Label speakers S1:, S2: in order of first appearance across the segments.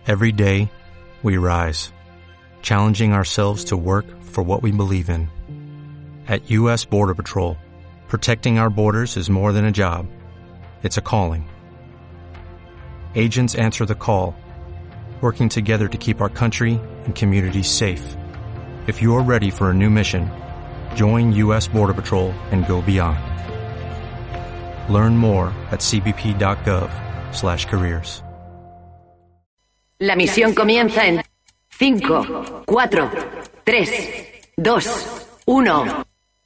S1: Every day, we rise, challenging ourselves to work for what we believe in. At U.S. Border Patrol, protecting our borders is more than a job. It's a calling. Agents answer the call, working together to keep our country and communities safe. If you're ready for a new mission, join U.S. Border Patrol and go beyond. Learn more at cbp.gov/careers.
S2: La misión comienza en 5, 4, 3, 2, 1.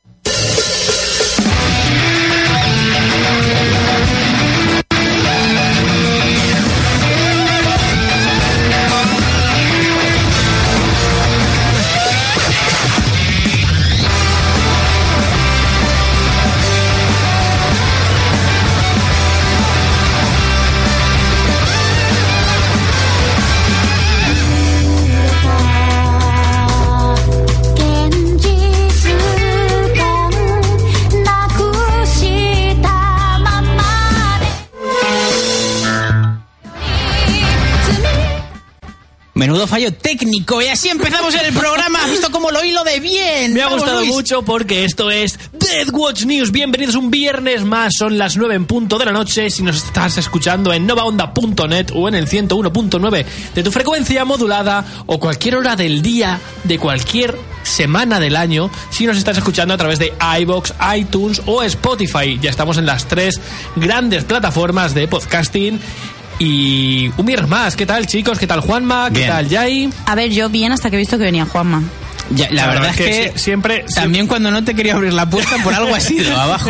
S3: Menudo fallo técnico, y así empezamos el programa. ¿Has visto cómo lo hilo de bien?
S4: Me ha gustado mucho porque esto es Deathwatch News. Bienvenidos un viernes más, son las 9 en punto de la noche. Si nos estás escuchando en novaonda.net o en el 101.9 de tu frecuencia modulada, o cualquier hora del día de cualquier semana del año, si nos estás escuchando a través de iVoox, iTunes o Spotify. Ya estamos en las 3 grandes plataformas de podcasting. Y un viernes más. ¿Qué tal, chicos? ¿Qué tal, Juanma? ¿Qué tal, Yai?
S5: A ver, yo bien hasta que he visto que venía Juanma.
S3: Ya, la verdad es que
S4: siempre
S3: también cuando no te quería abrir la puerta por algo ha sido abajo.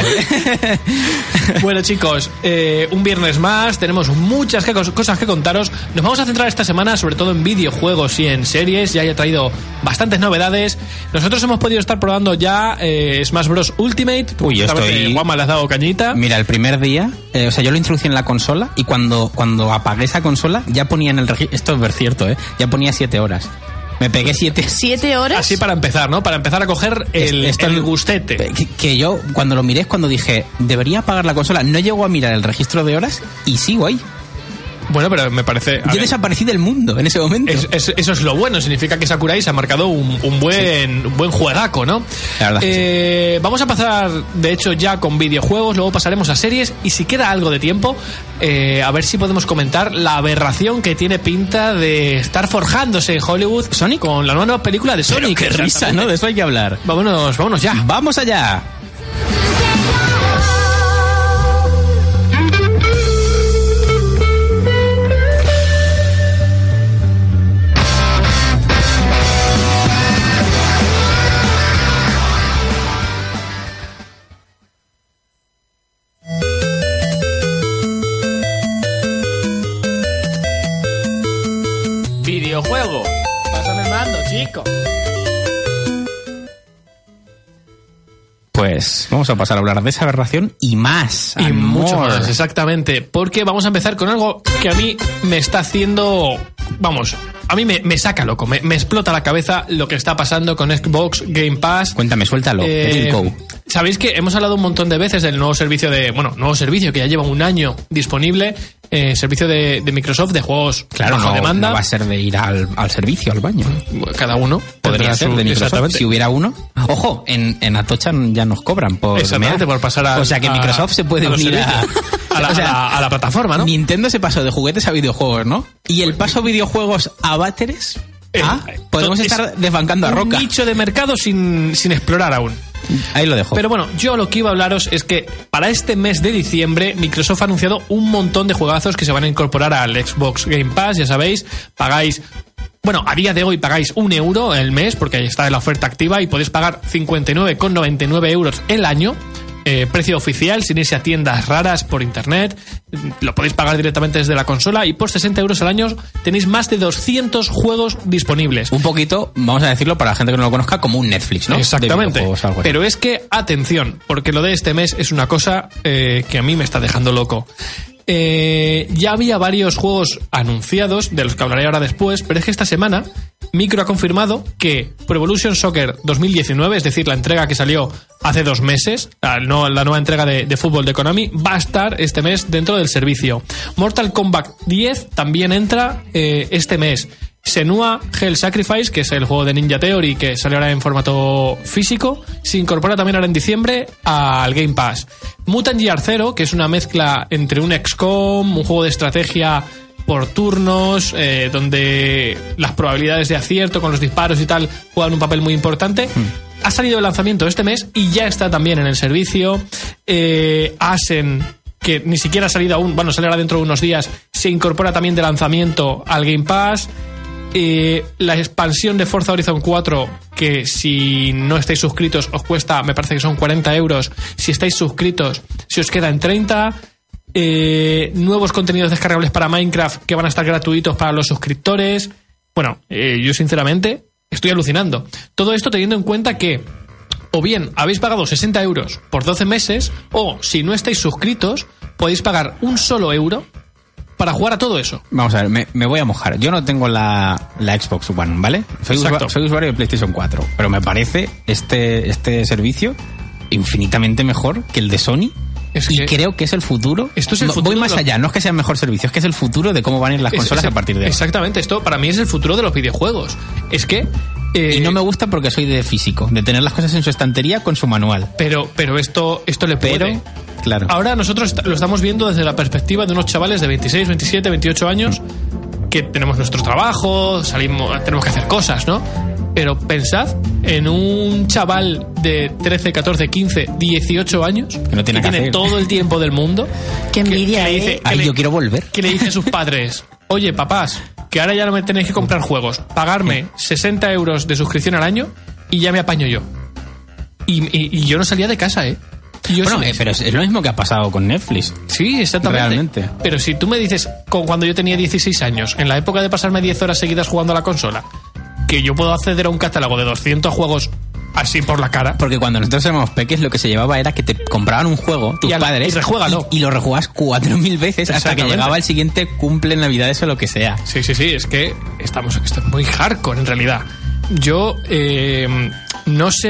S4: Bueno, chicos, un viernes más, tenemos muchas cosas que contaros. Nos vamos a centrar esta semana sobre todo en videojuegos y en series. Ya he traído bastantes novedades. Nosotros hemos podido estar probando ya Smash Bros. Ultimate.
S3: Uy, yo estoy...
S4: Juanma le has dado cañita.
S3: Mira, el primer día, o sea, yo lo introducí en la consola y cuando apagué esa consola ya ponía en el registro, esto es ver cierto, ya ponía 7 horas. Me pegué 7
S5: horas.
S4: Así para empezar, ¿no? Para empezar a coger el gustete.
S3: Que yo, cuando lo miré, es cuando dije, debería apagar la consola. No llego a mirar el registro de horas y sigo ahí.
S4: Bueno, pero me parece...
S3: Yo desaparecí del mundo en ese momento.
S4: Eso es lo bueno, significa que Sakurai se ha marcado un buen juegaco, ¿no?
S3: La verdad que sí.
S4: Vamos a pasar, de hecho, ya con videojuegos, luego pasaremos a series, y si queda algo de tiempo, a ver si podemos comentar la aberración que tiene pinta de estar forjándose en Hollywood
S3: Sonic
S4: con la nueva película de Sonic.
S3: Qué risa, ¿no? De eso hay que hablar.
S4: Vámonos ya.
S3: ¡Vamos allá!
S4: Videojuego. Pásame el mando, chico.
S3: Pues vamos a pasar a hablar de esa aberración y más.
S4: Y mucho más, exactamente. Porque vamos a empezar con algo que a mí me está haciendo... Vamos, a mí me saca loco, me explota la cabeza lo que está pasando con Xbox Game Pass.
S3: Cuéntame, suéltalo.
S4: Sabéis que hemos hablado un montón de veces del nuevo servicio nuevo servicio que ya lleva un año disponible, servicio de Microsoft de juegos bajo demanda.
S3: No va a ser de ir al servicio, al baño.
S4: Cada uno
S3: podría ser de Microsoft si hubiera uno. Ojo, en Atocha ya nos cobran por
S4: pasar a...
S3: O sea que Microsoft se puede unir
S4: a la plataforma, ¿no?
S3: Nintendo se pasó de juguetes a videojuegos, ¿no? Y el paso videojuegos a váteres... podemos estar desbancando a Roca.
S4: Un nicho de mercado sin explorar aún.
S3: Ahí lo dejo.
S4: Pero bueno, yo lo que iba a hablaros es que para este mes de diciembre Microsoft ha anunciado un montón de juegazos que se van a incorporar al Xbox Game Pass. Ya sabéis, pagáis... Bueno, a día de hoy pagáis €1 el mes porque ahí está la oferta activa y podéis pagar 59,99 € el año. Precio oficial, sin irse a tiendas raras por internet. Lo podéis pagar directamente desde la consola y por 60 € al año tenéis más de 200 juegos disponibles.
S3: Un poquito, vamos a decirlo para la gente que no lo conozca, como un Netflix, ¿no?
S4: Exactamente. Pero es que, atención, porque lo de este mes es una cosa que a mí me está dejando loco. Ya había varios juegos anunciados, de los que hablaré ahora después, pero es que esta semana Micro ha confirmado que Pro Evolution Soccer 2019, es decir, la entrega que salió hace 2 meses, la nueva entrega de fútbol de Konami, va a estar este mes dentro del servicio. Mortal Kombat 10 también entra este mes. Senua Hell Sacrifice, que es el juego de Ninja Theory que sale ahora en formato físico, se incorpora también ahora en diciembre al Game Pass. Mutant Year Zero, que es una mezcla entre un XCOM, un juego de estrategia por turnos, donde las probabilidades de acierto con los disparos y tal juegan un papel muy importante. Ha salido de lanzamiento este mes y ya está también en el servicio. Ashen, que ni siquiera ha salido aún, bueno, saldrá dentro de unos días, se incorpora también de lanzamiento al Game Pass. La expansión de Forza Horizon 4, que si no estáis suscritos os cuesta, me parece que son 40 euros. Si estáis suscritos, se os queda en 30. Nuevos contenidos descargables para Minecraft que van a estar gratuitos para los suscriptores. Bueno, yo sinceramente estoy alucinando. Todo esto teniendo en cuenta que o bien habéis pagado 60 euros por 12 meses, o si no estáis suscritos, podéis pagar un solo euro para jugar a todo eso.
S3: Vamos a ver, me voy a mojar. Yo no tengo la Xbox One, ¿vale? Soy usuario de PlayStation 4, pero me parece este servicio infinitamente mejor que el de Sony. Creo que es el futuro.
S4: Esto es el futuro.
S3: Voy más allá, no es que sea el mejor servicio, es que es el futuro de cómo van a ir las consolas a partir de ahora.
S4: Exactamente, esto para mí es el futuro de los videojuegos. Es que...
S3: y no me gusta porque soy de físico, de tener las cosas en su estantería con su manual.
S4: Pero esto le puede...
S3: Pero, claro.
S4: Ahora nosotros lo estamos viendo desde la perspectiva de unos chavales de 26, 27, 28 años que tenemos nuestro trabajo, salimos, tenemos que hacer cosas, ¿no? Pero pensad en un chaval de 13, 14, 15, 18 años
S3: que no tiene que hacer.
S4: Todo el tiempo del mundo.
S5: Qué envidia,
S3: yo quiero volver.
S4: Que le dice a sus padres: oye, papás, que ahora ya no me tenéis que comprar juegos, pagarme 60 euros de suscripción al año y ya me apaño yo. Y yo no salía de casa, ¿eh?
S3: Pero es lo mismo que ha pasado con Netflix.
S4: Sí, exactamente.
S3: Realmente.
S4: Pero si tú me dices, cuando yo tenía 16 años, en la época de pasarme 10 horas seguidas jugando a la consola, que yo puedo acceder a un catálogo de 200 juegos así por la cara.
S3: Porque cuando nosotros éramos peques, lo que se llevaba era que te compraban un juego, tus padres,
S4: y
S3: lo rejugabas 4.000 veces hasta que llegaba el siguiente cumple, Navidades o lo que sea.
S4: Sí, es que esto es muy hardcore en realidad. Yo no sé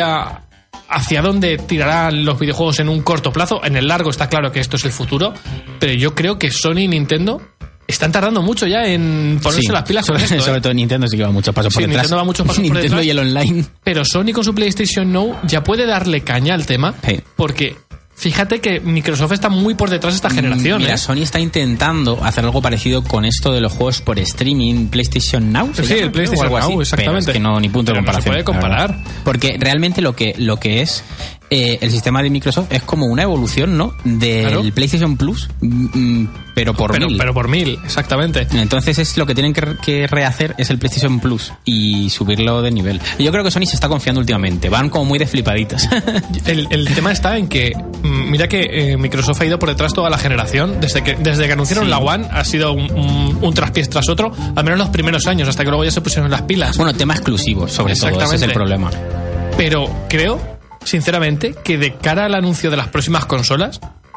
S4: hacia dónde tirarán los videojuegos en un corto plazo. En el largo está claro que esto es el futuro, pero yo creo que Sony y Nintendo están tardando mucho ya en ponerse las pilas con esto.
S3: Sobre todo Nintendo sí que va muchos pasos por detrás.
S4: Nintendo va muchos pasos por detrás.
S3: Nintendo y el online.
S4: Pero Sony con su PlayStation Now ya puede darle caña al tema, porque fíjate que Microsoft está muy por detrás de esta generación.
S3: Mira, Sony está intentando hacer algo parecido con esto de los juegos por streaming, PlayStation Now.
S4: Sí, el PlayStation Now, exactamente.
S3: Pero es que no, ni punto de comparación.
S4: No se puede comparar.
S3: Porque realmente lo que es el sistema de Microsoft es como una evolución, ¿no? Del PlayStation Plus, pero por 1000.
S4: Pero por 1000, exactamente.
S3: Entonces es lo que tienen que rehacer es el PlayStation Plus y subirlo de nivel. Yo creo que Sony se está confiando últimamente. Van como muy de flipaditas.
S4: El tema está en que mira que Microsoft ha ido por detrás toda la generación. Desde que anunciaron la One ha sido un traspiés tras otro, al menos los primeros años, hasta que luego ya se pusieron las pilas.
S3: Bueno, tema exclusivo, sobre todo, ese es el problema.
S4: Pero creo, sinceramente, que de cara al anuncio de las próximas consolas,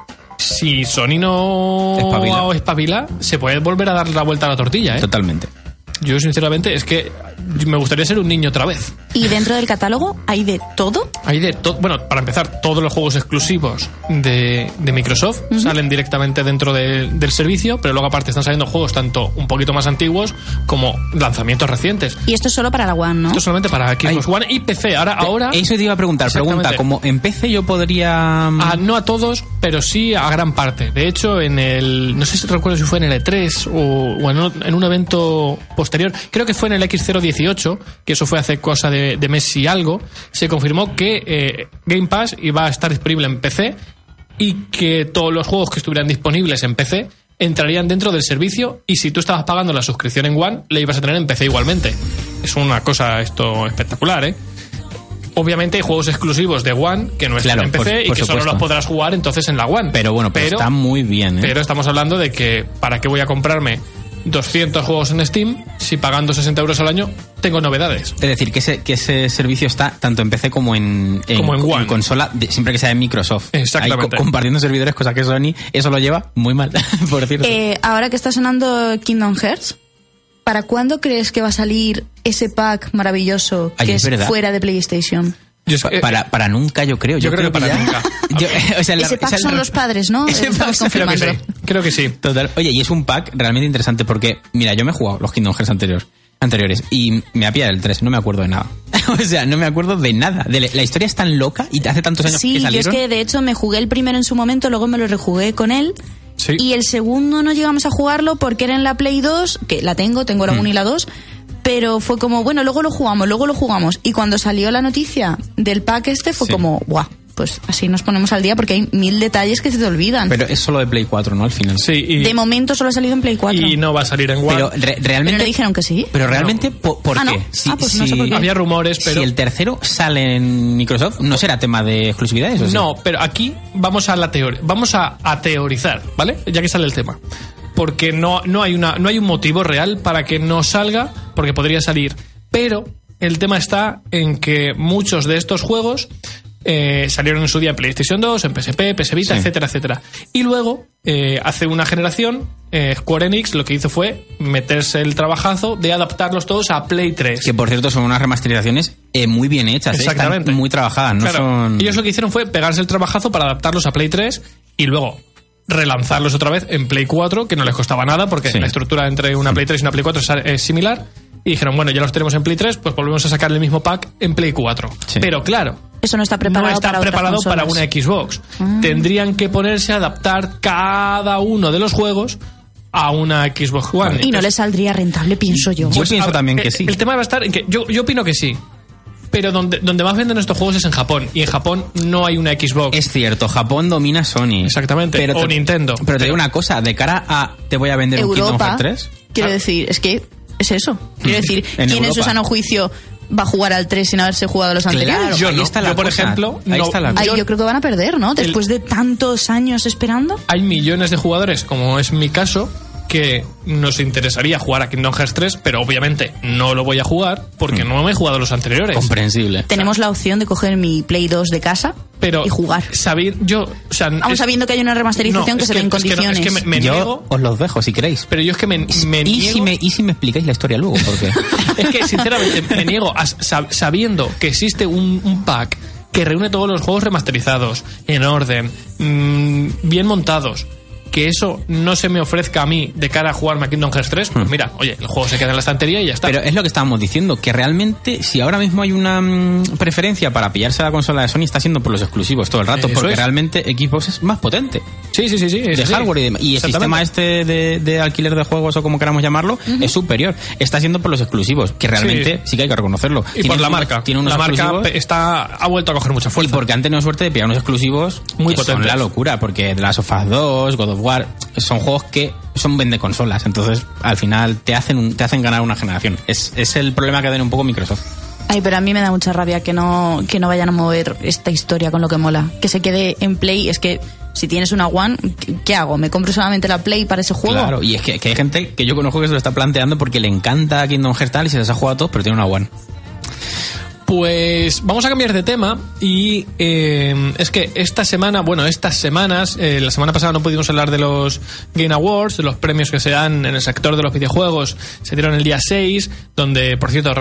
S4: si Sony no espabila, se puede volver a dar la vuelta a la tortilla, ¿eh?
S3: Totalmente.
S4: Yo, sinceramente, es que me gustaría ser un niño otra vez.
S5: ¿Y dentro del catálogo hay de todo?
S4: Hay de todo. Bueno, para empezar, todos los juegos exclusivos de Microsoft salen directamente dentro del servicio, pero luego aparte están saliendo juegos tanto un poquito más antiguos como lanzamientos recientes.
S5: Y esto es solo para la One, ¿no?
S4: Esto es solamente para Xbox One y PC. Ahora
S3: eso te iba a preguntar. Pregunta, como en PC yo podría...
S4: no a todos, pero sí a gran parte. De hecho, no sé si recuerdo si fue en el E3 o en un evento posterior, creo que fue en el X018, que eso fue hace cosa de mes y algo, se confirmó que Game Pass iba a estar disponible en PC y que todos los juegos que estuvieran disponibles en PC entrarían dentro del servicio, y si tú estabas pagando la suscripción en One, le ibas a tener en PC igualmente. Es una cosa esto espectacular, ¿eh? Obviamente hay juegos exclusivos de One que no están en PC y que solo los podrás jugar entonces en la One.
S3: Pero bueno, pero está muy bien, ¿eh?
S4: Pero estamos hablando de que ¿para qué voy a comprarme 200 juegos en Steam si pagando 60 euros al año tengo novedades?
S3: Es decir, que ese servicio está tanto en PC como en
S4: One.
S3: En consola, siempre que sea de Microsoft.
S4: Exactamente.
S3: Ahí, compartiendo servidores, cosa que Sony eso lo lleva muy mal, por cierto.
S5: Ahora que está sonando Kingdom Hearts, ¿Para cuándo crees que va a salir ese pack maravilloso que es fuera de PlayStation?
S3: Para nunca, yo creo.
S4: Yo creo que para nunca.
S5: Ese pack son los padres, ¿no?
S4: Estamos confirmando. Creo que sí.
S3: Total. Oye, y es un pack realmente interesante porque, mira, yo me he jugado los Kingdom Hearts anteriores y me ha pillado el 3, no me acuerdo de nada. O sea, no me acuerdo de nada. La historia es tan loca y hace tantos años que salieron.
S5: Sí, yo es que de hecho me jugué el primero en su momento, luego me lo rejugué con él. Sí. Y el segundo no llegamos a jugarlo porque era en la Play 2, que la tengo la 1 y la 2, pero fue como, bueno, luego lo jugamos. Y cuando salió la noticia del pack fue como, ¡guau! Pues así nos ponemos al día porque hay 1000 detalles que se te olvidan.
S3: Pero es solo de Play 4, ¿no? Al final.
S4: Sí.
S5: De momento solo ha salido en Play 4.
S4: Y no va a salir en One.
S3: Pero realmente...
S5: ¿Pero no dijeron que sí?
S3: Pero realmente, ¿por qué?
S5: No. Pues no sé por qué.
S4: Había rumores, pero...
S3: Si el tercero sale en Microsoft, ¿no será tema de exclusividades? ¿O
S4: no, pero aquí vamos a teorizar, ¿vale? Ya que sale el tema. Porque no hay un motivo real para que no salga, porque podría salir. Pero el tema está en que muchos de estos juegos salieron en su día en PlayStation 2, en PSP, PS Vita, etcétera, etcétera. Y luego, hace una generación, Square Enix lo que hizo fue meterse el trabajazo de adaptarlos todos a Play 3.
S3: Que por cierto son unas remasterizaciones muy bien hechas.
S4: Exactamente.
S3: Están muy trabajadas. No son...
S4: Ellos lo que hicieron fue pegarse el trabajazo para adaptarlos a Play 3 y luego relanzarlos otra vez en Play 4, que no les costaba nada porque la estructura entre una Play 3 y una Play 4 es similar. Y dijeron, bueno, ya los tenemos en Play 3, pues volvemos a sacar el mismo pack en Play 4. Sí. Pero claro,
S5: eso no está preparado,
S4: para una Xbox. Tendrían que ponerse a adaptar cada uno de los juegos a una Xbox One.
S5: Y no les saldría rentable, pienso yo.
S3: Yo pienso también que sí.
S4: El tema va a estar en que yo opino que sí. Pero donde más venden estos juegos es en Japón. Y en Japón no hay una Xbox.
S3: Es cierto, Japón domina Sony.
S4: Exactamente, o Nintendo.
S3: Pero te digo una cosa, de cara a te voy a vender
S5: Europa,
S3: un Kingdom Hearts 3.
S5: Quiero decir, es que es eso. Quiero decir, ¿quién en su sano juicio va a jugar al 3 sin haberse jugado a los anteriores?
S3: Yo por
S4: ejemplo,
S5: yo creo que van a perder, ¿no? Después de tantos años esperando.
S4: Hay millones de jugadores, como es mi caso, que nos interesaría jugar a Kingdom Hearts 3, pero obviamente no lo voy a jugar porque no me he jugado los anteriores.
S3: Comprensible.
S5: Tenemos la opción de coger mi Play 2 de casa y jugar. Sabiendo que hay una remasterización que se ve en condiciones.
S3: Es que me niego. Os los dejo si queréis.
S4: Pero yo es que me niego.
S3: ¿Y si me explicáis la historia luego? Porque
S4: es que sinceramente me niego sabiendo que existe un pack que reúne todos los juegos remasterizados en orden, bien montados. Que eso no se me ofrezca a mí de cara a jugarme a Kingdom Hearts 3, pues mira, oye, el juego se queda en la estantería y ya está.
S3: Pero es lo que estábamos diciendo, que realmente si ahora mismo hay una preferencia para pillarse la consola de Sony, está siendo por los exclusivos todo el rato, porque realmente Xbox es más potente.
S4: Sí.
S3: De hardware y demás. Y el sistema de alquiler de juegos o como queramos llamarlo, es superior. Está siendo por los exclusivos, que realmente sí que hay que reconocerlo.
S4: Y por la marca.
S3: Tiene unos
S4: la marca ha vuelto a coger mucha fuerza.
S3: Y porque han tenido suerte de pillar unos exclusivos
S4: muy
S3: potentes. Son la locura, porque The Last of Us 2, God of War, son juegos que son vende consolas, entonces al final te hacen ganar una generación. Es el problema que tiene un poco Microsoft.
S5: Ay, pero a mí me da mucha rabia que no vayan a mover esta historia con lo que mola, que se quede en Play. Es que si tienes una One, ¿qué hago? ¿Me compro solamente la Play para ese juego?
S3: Claro, y es que hay gente que yo conozco que se lo está planteando porque le encanta Kingdom Hearts tal y se les ha jugado a todos, pero tiene una One.
S4: Pues vamos a cambiar de tema y es que estas semanas, la semana pasada no pudimos hablar de los Game Awards, de los premios que se dan en el sector de los videojuegos. Se dieron el día 6, donde, por cierto,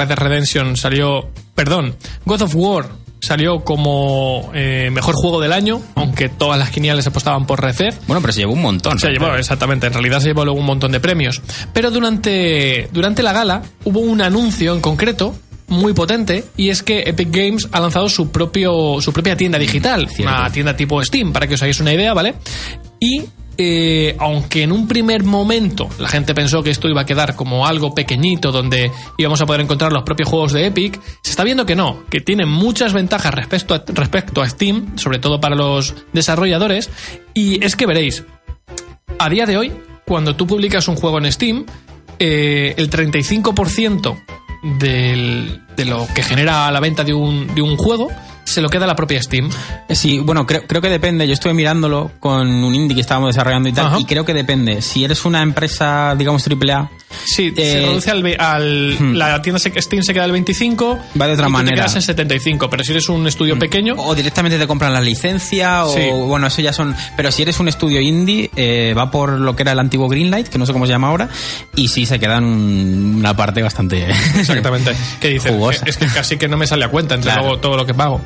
S4: God of War salió como mejor juego del año, aunque todas las quiniales apostaban por Red Dead.
S3: Bueno, pero se llevó un montón.
S4: Exactamente, en realidad se llevó luego un montón de premios. Pero durante la gala hubo un anuncio en concreto muy potente, y es que Epic Games ha lanzado su propia tienda digital, una tienda tipo Steam, para que os hagáis una idea, ¿vale? Y aunque en un primer momento la gente pensó que esto iba a quedar como algo pequeñito donde íbamos a poder encontrar los propios juegos de Epic, se está viendo que no, que tiene muchas ventajas respecto a Steam, sobre todo para los desarrolladores. Y es que veréis, a día de hoy, cuando tú publicas un juego en Steam, el 35% de lo que genera la venta de un juego se lo queda la propia Steam.
S3: Sí, bueno, creo que depende. Yo estuve mirándolo con un indie que estábamos desarrollando y tal, y creo que depende. Si eres una empresa, digamos, AAA,
S4: Sí, se reduce la tienda Steam se queda al 25,
S3: va de otra manera.
S4: Te quedas en 75, pero si eres un estudio pequeño...
S3: O directamente te compran la licencia, o bueno, eso ya son... Pero si eres un estudio indie, va por lo que era el antiguo Greenlight, que no sé cómo se llama ahora, y sí se quedan una parte bastante...
S4: Exactamente. ¿Qué dices? Es que casi que no me sale a cuenta entre luego todo lo que pago.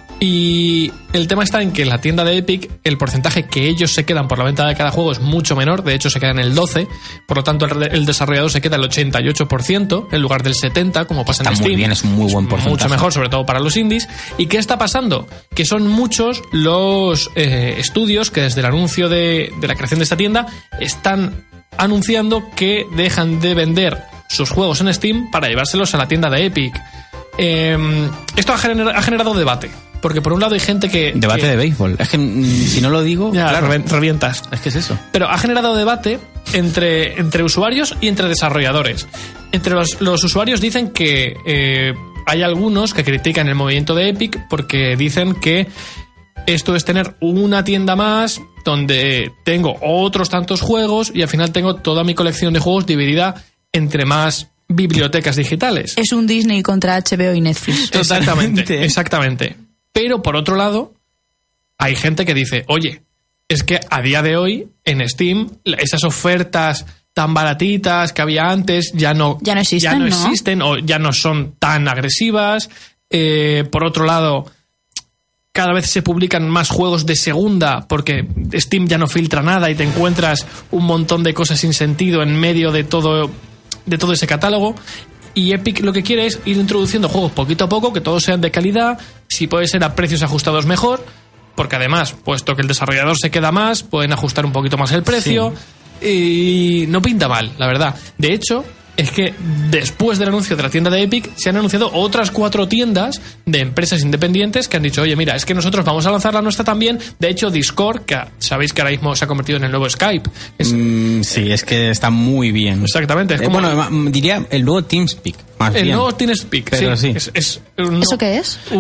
S4: Y el tema está en que en la tienda de Epic el porcentaje que ellos se quedan por la venta de cada juego es mucho menor, de hecho se queda en el 12%, por lo tanto el desarrollador se queda el 88% en lugar del 70%, como pasa en Steam.
S3: Está muy bien, es un muy buen porcentaje.
S4: Mucho mejor, sobre todo para los indies. ¿Y qué está pasando? Que son muchos los estudios que desde el anuncio de la creación de esta tienda están anunciando que dejan de vender sus juegos en Steam para llevárselos a la tienda de Epic. Esto ha generado debate. Porque por un lado hay gente que...
S3: Debate de béisbol. Es que si no lo digo...
S4: Ya, claro, revientas.
S3: Es que es eso.
S4: Pero ha generado debate entre usuarios y entre desarrolladores. Entre los usuarios dicen que hay algunos que critican el movimiento de Epic porque dicen que esto es tener una tienda más donde tengo otros tantos juegos y al final tengo toda mi colección de juegos dividida entre más bibliotecas digitales.
S5: Es un Disney contra HBO y Netflix.
S4: Exactamente. Pero por otro lado, hay gente que dice, oye, es que a día de hoy en Steam esas ofertas tan baratitas que había antes ya no existen o ya no son tan agresivas. Por otro lado, cada vez se publican más juegos de segunda porque Steam ya no filtra nada y te encuentras un montón de cosas sin sentido en medio de todo ese catálogo. Y Epic lo que quiere es ir introduciendo juegos poquito a poco, que todos sean de calidad, si puede ser a precios ajustados mejor, porque además, puesto que el desarrollador se queda más, pueden ajustar un poquito más el precio, y no pinta mal, la verdad. De hecho, es que después del anuncio de la tienda de Epic se han anunciado otras 4 tiendas de empresas independientes que han dicho, oye, mira, es que nosotros vamos a lanzar la nuestra también. De hecho, Discord, que sabéis que ahora mismo se ha convertido en el nuevo Skype.
S3: Sí, es que está muy bien.
S4: Exactamente. Es como
S3: diría el nuevo TeamSpeak.
S4: El nuevo TeamSpeak,
S3: pero sí.
S5: ¿Eso qué es?
S3: Es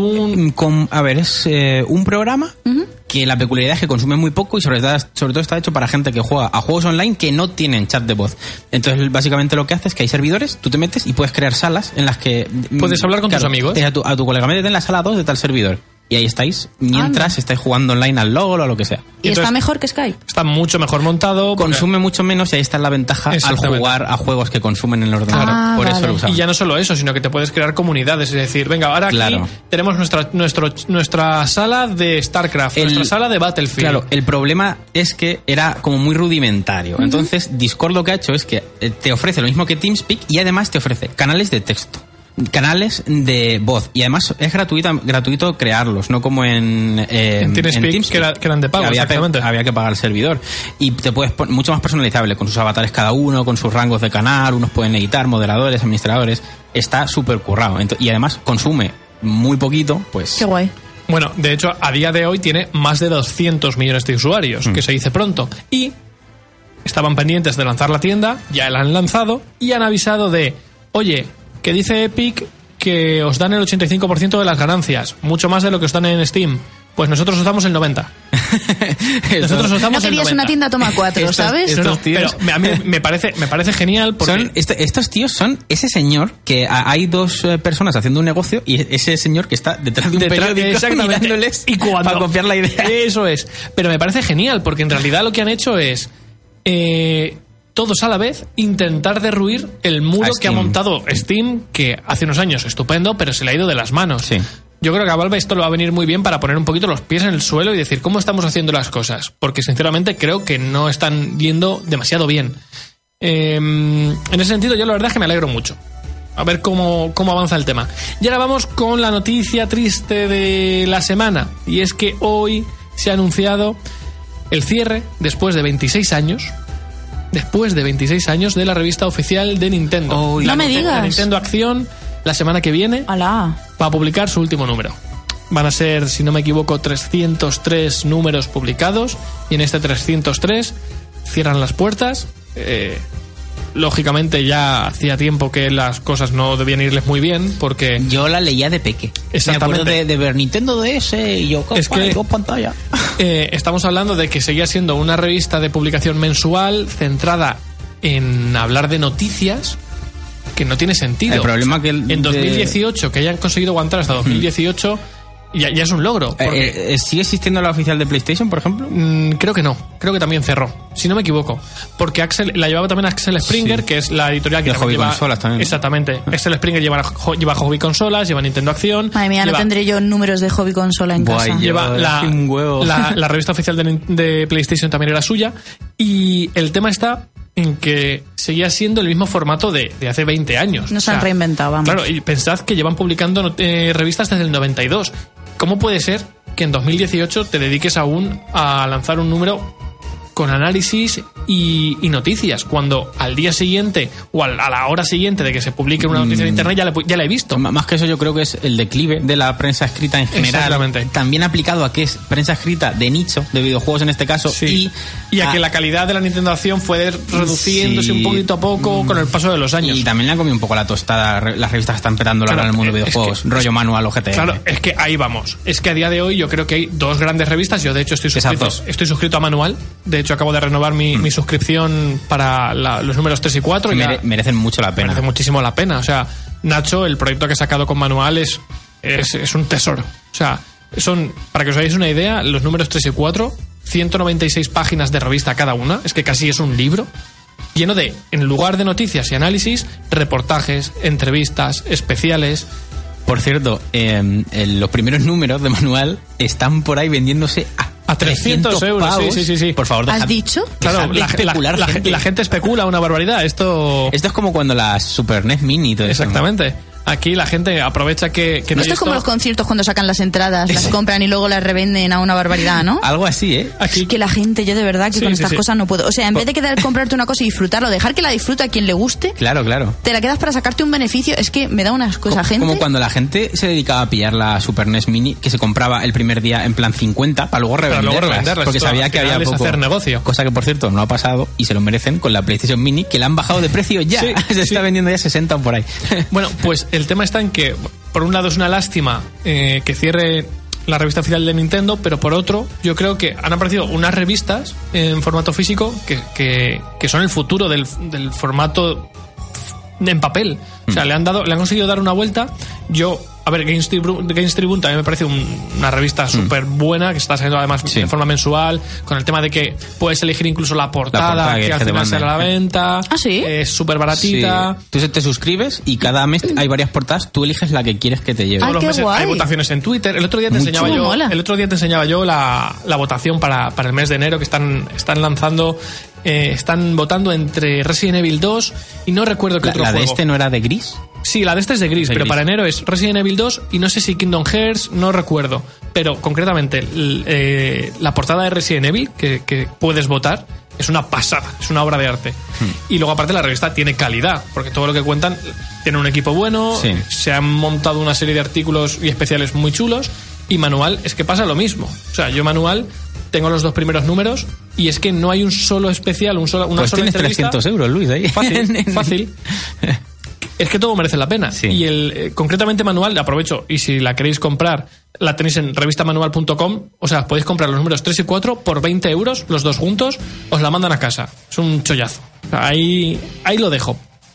S3: un programa que la peculiaridad es que consume muy poco y sobre todo está hecho para gente que juega a juegos online que no tienen chat de voz. Entonces, básicamente lo que hace es que hay servidores, tú te metes y puedes crear salas en las que...
S4: Puedes hablar con tus amigos.
S3: A tu colega, métete en la sala 2 de tal servidor. Y ahí estáis, mientras estáis jugando online al LOL o a lo que sea.
S5: ¿Y entonces, está mejor que Skype?
S4: Está mucho mejor montado.
S3: Consume mucho menos y ahí está la ventaja al jugar a juegos que consumen en el ordenador. Por eso lo usamos.
S4: Y ya no solo eso, sino que te puedes crear comunidades. Es decir, venga, ahora aquí tenemos nuestra sala de StarCraft, nuestra sala de Battlefield.
S3: Claro, el problema es que era como muy rudimentario. Entonces, Discord lo que ha hecho es que te ofrece lo mismo que TeamSpeak y además te ofrece canales de texto, canales de voz, y además es gratuito crearlos, no como en
S4: TeamSpeak, que eran de pago.
S3: Había que pagar el servidor y te puedes poner mucho más personalizable con sus avatares cada uno, con sus rangos de canal, unos pueden editar, moderadores, administradores. Está súper currado y además consume muy poquito, pues...
S5: Qué guay.
S4: Bueno, de hecho, a día de hoy tiene más de 200 millones de usuarios, que se dice pronto, y estaban pendientes de lanzar la tienda, ya la han lanzado y han avisado de, oye, que dice Epic que os dan el 85% de las ganancias, mucho más de lo que os dan en Steam. Pues nosotros os damos el 90%. Nosotros os damos
S5: no querías una tienda toma 4, ¿sabes?
S4: Pero a mí me parece genial porque...
S3: Estos tíos son ese señor que hay 2 personas haciendo un negocio y ese señor que está detrás de un periódico mirándoles
S4: y
S3: para copiar la idea.
S4: Eso es. Pero me parece genial porque en realidad lo que han hecho es... todos a la vez intentar derruir el muro que ha montado Steam, que hace unos años estupendo, pero se le ha ido de las manos.
S3: Sí.
S4: Yo creo que a Valve esto le va a venir muy bien para poner un poquito los pies en el suelo y decir cómo estamos haciendo las cosas, porque sinceramente creo que no están yendo demasiado bien. En ese sentido, yo la verdad es que me alegro mucho. A ver cómo avanza el tema. Y ahora vamos con la noticia triste de la semana, y es que hoy se ha anunciado el cierre, después de 26 años... de la revista oficial de Nintendo.
S5: No me digas.
S4: La Nintendo Acción, la semana que viene, va a publicar su último número. Van a ser, si no me equivoco, 303 números publicados, y en este 303 cierran las puertas. Lógicamente ya hacía tiempo que las cosas no debían irles muy bien, porque...
S3: Yo la leía de peque.
S4: Exactamente.
S3: Me acuerdo de ver Nintendo DS y yo con pantalla.
S4: Estamos hablando de que seguía siendo una revista de publicación mensual centrada en hablar de noticias que no tiene sentido.
S3: El problema que
S4: en 2018, que hayan conseguido aguantar hasta 2018... Ya es un logro.
S3: ¿Sigue existiendo la oficial de PlayStation, por ejemplo?
S4: Creo que no. Creo que también cerró, si no me equivoco. Porque la llevaba también Axel Springer, que es la editorial que
S3: Hobby Consolas también.
S4: Exactamente. Axel Springer lleva Hobby Consolas, lleva Nintendo Acción.
S5: Madre mía, no tendré yo números de Hobby Consola en casa.
S4: Lleva la revista oficial de PlayStation también era suya. Y el tema está en que seguía siendo el mismo formato de hace 20 años.
S5: No se han reinventado, vamos.
S4: Claro, y pensad que llevan publicando revistas desde el 92. ¿Cómo puede ser que en 2018 te dediques aún a lanzar un número con análisis y noticias, cuando al día siguiente o a la hora siguiente de que se publique una noticia en internet ya la he visto?
S3: Más que eso, yo creo que es el declive de la prensa escrita en general, también aplicado a que es prensa escrita de nicho, de videojuegos en este caso,
S4: sí. y a que la calidad de la Nintendo Acción fue reduciéndose un poquito a poco con el paso de los años.
S3: Y también le han comido un poco la tostada las revistas que están petando en el mundo de videojuegos, rollo Manual o GTM.
S4: Claro, es que ahí vamos. Es que a día de hoy yo creo que hay dos grandes revistas. Yo de hecho estoy suscrito a Manual. De hecho acabo de renovar mi suscripción para los números 3 y 4.
S3: Merecen mucho la pena.
S4: Merece muchísimo la pena. O sea, Nacho, el proyecto que ha sacado con Manual es un tesoro. O sea, para que os hagáis una idea, los números 3 y 4, 196 páginas de revista cada una. Es que casi es un libro lleno de, en lugar de noticias y análisis, reportajes, entrevistas, especiales.
S3: Por cierto, los primeros números de Manual están por ahí vendiéndose a 300 euros.
S4: Pavos. Sí.
S3: Por favor,
S5: ¿has dicho?
S4: Claro, la gente especula una barbaridad. Esto
S3: es como cuando las Super NES Mini y todo eso.
S4: Exactamente. Aquí la gente aprovecha que no.
S5: Esto es como los conciertos cuando sacan las entradas, las compran y luego las revenden a una barbaridad, ¿no?
S3: Algo así, ¿eh?
S5: Aquí. Es que la gente, yo de verdad que con estas cosas no puedo. O sea, en vez de comprarte una cosa y disfrutarlo, dejar que la disfrute a quien le guste.
S3: Claro.
S5: Te la quedas para sacarte un beneficio. Es que me da unas cosas, gente.
S3: Como cuando la gente se dedicaba a pillar la Super NES Mini, que se compraba el primer día en plan 50 para luego revenderlas. Porque sabía que había poco.
S4: Hacer negocio.
S3: Cosa que, por cierto, no ha pasado y se lo merecen con la PlayStation Mini, que la han bajado de precio ya. Se está vendiendo ya 60 por ahí.
S4: Bueno, pues el tema está en que por un lado es una lástima que cierre la revista oficial de Nintendo, pero por otro yo creo que han aparecido unas revistas en formato físico que son el futuro del formato en papel. O sea, le han conseguido dar una vuelta. A ver, Games Tribune también me parece una revista súper buena, que está saliendo además de forma mensual, con el tema de que puedes elegir incluso la portada que al final sale a la venta.
S5: ¿Ah, sí?
S4: Es súper baratita.
S3: Sí. Tú te suscribes y cada mes hay varias portadas, tú eliges la que quieres que te lleve.
S5: Ay,
S4: Todos los meses hay votaciones en Twitter. El otro día te enseñaba yo la votación para el mes de enero, que están lanzando. Están votando entre Resident Evil 2 y no recuerdo qué otro juego.
S3: ¿La de este no era de Gris?
S4: Sí, la de este es de Gris, pero para enero es Resident Evil 2 y no sé si Kingdom Hearts, no recuerdo. Pero concretamente la portada de Resident Evil que puedes votar es una pasada, es una obra de arte. Y luego aparte la revista tiene calidad, porque todo lo que cuentan tiene un equipo bueno, se han montado una serie de artículos y especiales muy chulos, y Manual es que pasa lo mismo. O sea, yo Manual tengo los 2 primeros números y es que no hay un solo especial, una sola
S3: tienes
S4: entrevista.
S3: 300 euros, Luis, ahí.
S4: Fácil. Es que todo merece la pena.
S3: Sí.
S4: Y concretamente Manual, aprovecho, y si la queréis comprar, la tenéis en revistamanual.com. O sea, podéis comprar los números 3 y 4 por 20 euros, los 2 juntos, os la mandan a casa. Es un chollazo. O sea, ahí lo dejo.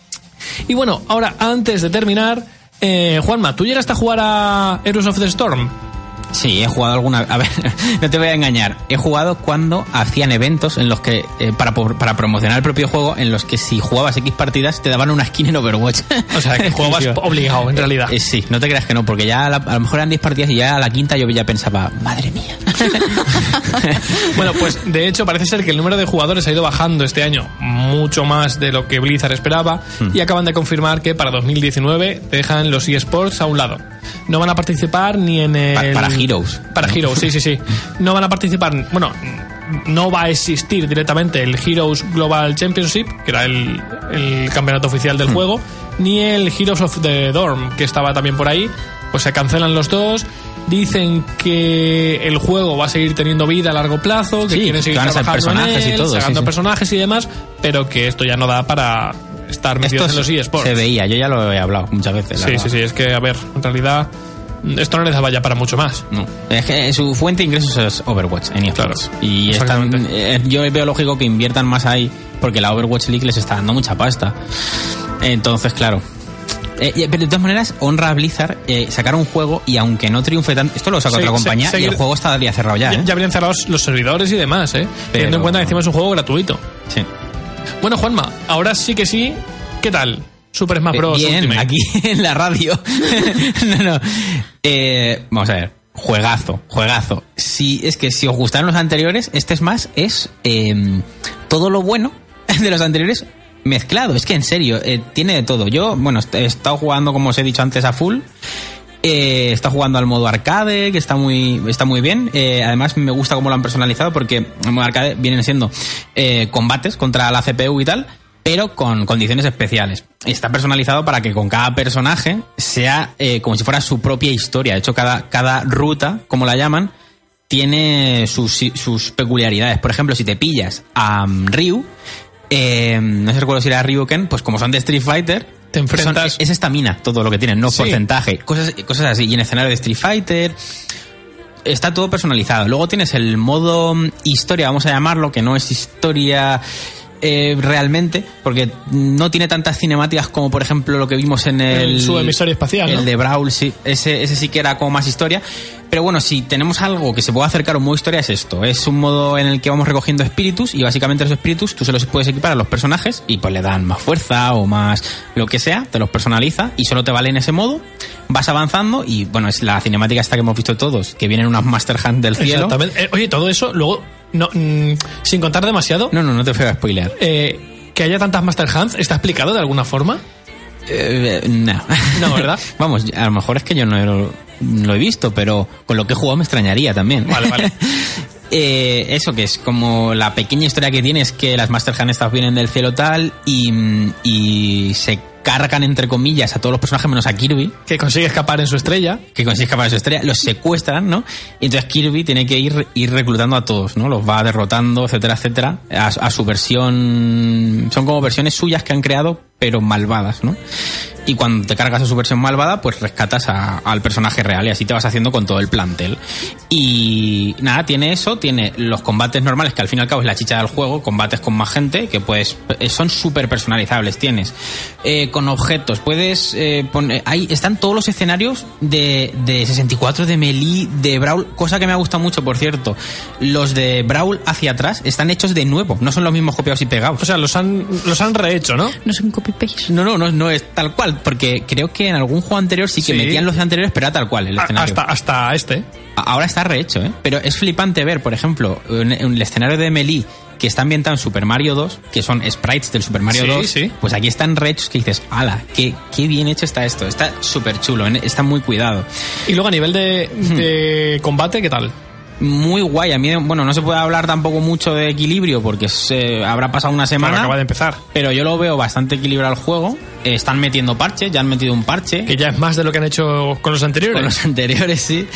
S4: Y bueno, ahora, antes de terminar, Juanma, ¿tú llegaste a jugar a Heroes of the Storm?
S3: Sí, he jugado alguna... A ver, no te voy a engañar. He jugado cuando hacían eventos en los que, para promocionar el propio juego, en los que si jugabas X partidas te daban una skin en Overwatch.
S4: O sea, que jugabas obligado, en realidad.
S3: Sí, no te creas que no, porque ya a lo mejor eran 10 partidas y ya a la quinta yo ya pensaba, madre mía.
S4: Bueno, pues de hecho parece ser que el número de jugadores ha ido bajando este año mucho más de lo que Blizzard esperaba, y acaban de confirmar que para 2019 dejan los eSports a un lado. No van a participar ni en el...
S3: Para Heroes.
S4: Para Heroes, sí. No van a participar... Bueno, no va a existir directamente el Heroes Global Championship, que era el campeonato oficial del juego, ni el Heroes of the Dorm, que estaba también por ahí. Pues se cancelan los dos. Dicen que el juego va a seguir teniendo vida a largo plazo, que quieren seguir trabajando en él, sacando personajes y demás, pero que esto ya no da para estar metidos en los eSports.
S3: Se veía, yo ya lo he hablado muchas veces.
S4: Sí, es que, a ver, en realidad esto no les daba ya para mucho más.
S3: No, es que su fuente de ingresos es Overwatch en eSports. Claro, y yo veo lógico que inviertan más ahí porque la Overwatch League les está dando mucha pasta. Entonces, claro. Pero de todas maneras, honra a Blizzard sacar un juego y aunque no triunfe tanto, esto lo saca otra compañía y el juego estaría cerrado ya.
S4: Ya habrían cerrado los servidores y demás, teniendo en cuenta que encima es un juego gratuito.
S3: Sí.
S4: Bueno, Juanma, ahora sí que sí, ¿qué tal? Super Smash Bros.
S3: Bien,
S4: Ultimate.
S3: Aquí en la radio. No. Vamos a ver. Juegazo. Es que si os gustaron los anteriores, este Smash es todo lo bueno de los anteriores mezclado. Es que en serio, tiene de todo. Yo, he estado jugando, como os he dicho antes, a full. He estado jugando al modo arcade, que está muy bien. Además, me gusta cómo lo han personalizado, porque el modo arcade vienen siendo combates contra la CPU y tal, pero con condiciones especiales. Está personalizado para que con cada personaje sea como si fuera su propia historia. De hecho, cada ruta, como la llaman, tiene sus peculiaridades. Por ejemplo, si te pillas a Ryu, no sé recuerdo si era Ryuken, pues como son de Street Fighter,
S4: te enfrentas.
S3: Es estamina todo lo que tienen, no porcentaje. Cosas así. Y en escenario de Street Fighter está todo personalizado. Luego tienes el modo historia, vamos a llamarlo, que no es historia realmente, porque no tiene tantas cinemáticas como por ejemplo lo que vimos en el
S4: su emisorio espacial,
S3: el
S4: ¿no?
S3: de Brawl, sí, ese sí que era como más historia. Pero bueno, si tenemos algo que se puede acercar a un modo historia, es esto. Es un modo en el que vamos recogiendo espíritus y básicamente los espíritus tú se los puedes equipar a los personajes y pues le dan más fuerza o más lo que sea, te los personaliza y solo te vale en ese modo. Vas avanzando y bueno, es la cinemática esta que hemos visto todos, que vienen unas Master Hand del cielo.
S4: Exactamente. Oye, todo eso luego, no, sin contar demasiado.
S3: No te voy a spoilear.
S4: Que haya tantas Master Hands, ¿está explicado de alguna forma?
S3: No.
S4: No, ¿verdad?
S3: Vamos, a lo mejor es que yo no lo he visto, pero con lo que he jugado me extrañaría también.
S4: Vale.
S3: Eso que es como la pequeña historia que tiene es que las Master Hand estas vienen del cielo tal y se cargan entre comillas a todos los personajes menos a Kirby,
S4: que consigue escapar en su estrella,
S3: los secuestran, ¿no? Y entonces Kirby tiene que ir reclutando a todos, ¿no? Los va derrotando, etcétera a su versión. Son como versiones suyas que han creado pero malvadas, ¿no? Y cuando te cargas a su versión malvada, pues rescatas al personaje real y así te vas haciendo con todo el plantel. Y nada, tiene eso, tiene los combates normales, que al fin y al cabo es la chicha del juego, combates con más gente, que pues son súper personalizables. Tienes con objetos, puedes poner... Ahí están todos los escenarios de 64, de Melee, de Brawl, cosa que me ha gustado mucho, por cierto. Los de Brawl hacia atrás están hechos de nuevo, no son los mismos copiados y pegados.
S4: O sea, los han rehecho, ¿no?
S5: No son copy-paste.
S3: No es tal cual, porque creo que en algún juego anterior sí que metían los anteriores, pero era tal cual el escenario.
S4: Hasta este.
S3: Ahora está rehecho, pero es flipante ver, por ejemplo, en el escenario de Melee, que está ambientado en Super Mario 2, que son sprites del Super Mario 2, pues aquí están rehechos que dices, ¡hala! Qué bien hecho está esto! Está súper chulo, está muy cuidado.
S4: Y luego a nivel de combate, ¿qué tal?
S3: Muy guay. A mí, no se puede hablar tampoco mucho de equilibrio porque habrá pasado una semana.
S4: Claro, acaba de empezar.
S3: Pero yo lo veo bastante equilibrado el juego. Están metiendo parches, ya han metido un parche.
S4: Que ya es más de lo que han hecho con los anteriores.
S3: Con los anteriores, sí.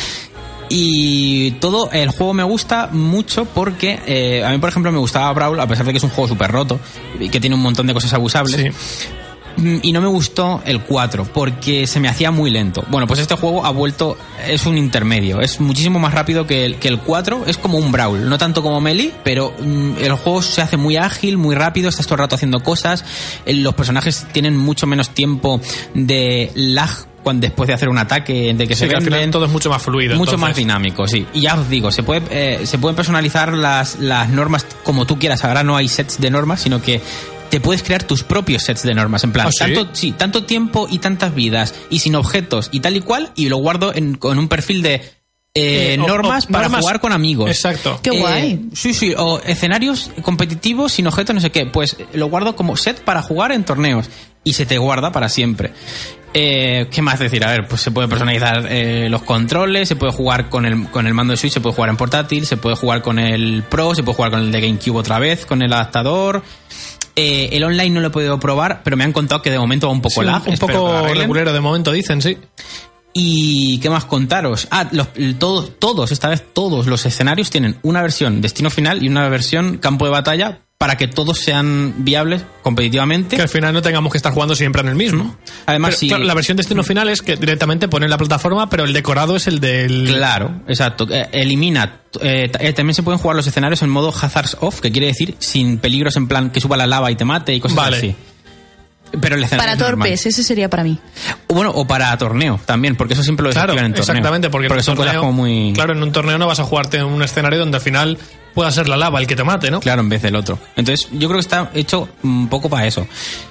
S3: Y todo el juego me gusta mucho porque a mí, por ejemplo, me gustaba Brawl, a pesar de que es un juego súper roto y que tiene un montón de cosas abusables. Sí. Y no me gustó el 4 porque se me hacía muy lento. Bueno, pues este juego ha vuelto, es un intermedio, es muchísimo más rápido que el 4, es como un Brawl, no tanto como Melee, pero el juego se hace muy ágil, muy rápido, estás todo el rato haciendo cosas, los personajes tienen mucho menos tiempo de lag después de hacer un ataque, de que se
S4: al final todo es mucho más fluido,
S3: mucho más dinámico, sí. Y ya os digo, se pueden personalizar las normas como tú quieras. Ahora no hay sets de normas, sino que te puedes crear tus propios sets de normas, en plan, tanto tiempo y tantas vidas y sin objetos y tal y cual, y lo guardo con un perfil de normas para jugar con amigos.
S4: Exacto.
S5: Qué guay.
S3: Sí, o escenarios competitivos sin objetos, no sé qué, pues lo guardo como set para jugar en torneos y se te guarda para siempre. ¿Qué más decir? A ver, pues se puede personalizar los controles, se puede jugar con el mando de Switch, se puede jugar en portátil, se puede jugar con el Pro, se puede jugar con el de GameCube otra vez, con el adaptador. El online no lo he podido probar, pero me han contado que de momento va un poco lag.
S4: Un poco regulero de momento, dicen, sí.
S3: ¿Y qué más contaros? Esta vez todos los escenarios tienen una versión destino final y una versión campo de batalla para que todos sean viables competitivamente.
S4: Que al final no tengamos que estar jugando siempre en el mismo.
S3: Además,
S4: pero, claro, la versión destino final es que directamente ponen la plataforma, pero el decorado es el del...
S3: Claro, exacto. Elimina... también se pueden jugar los escenarios en modo hazards off, que quiere decir sin peligros en plan que suba la lava y te mate y cosas así. Pero el escenario
S5: para torpes, ese sería para mí.
S3: Bueno, o para torneo también, porque eso siempre lo desactivan en torneo.
S4: Exactamente, porque
S3: son
S4: torneo,
S3: cosas como muy...
S4: Claro, en un torneo no vas a jugarte en un escenario donde al final pueda ser la lava el que te mate, ¿no?
S3: Claro, en vez del otro. Entonces, yo creo que está hecho un poco para eso.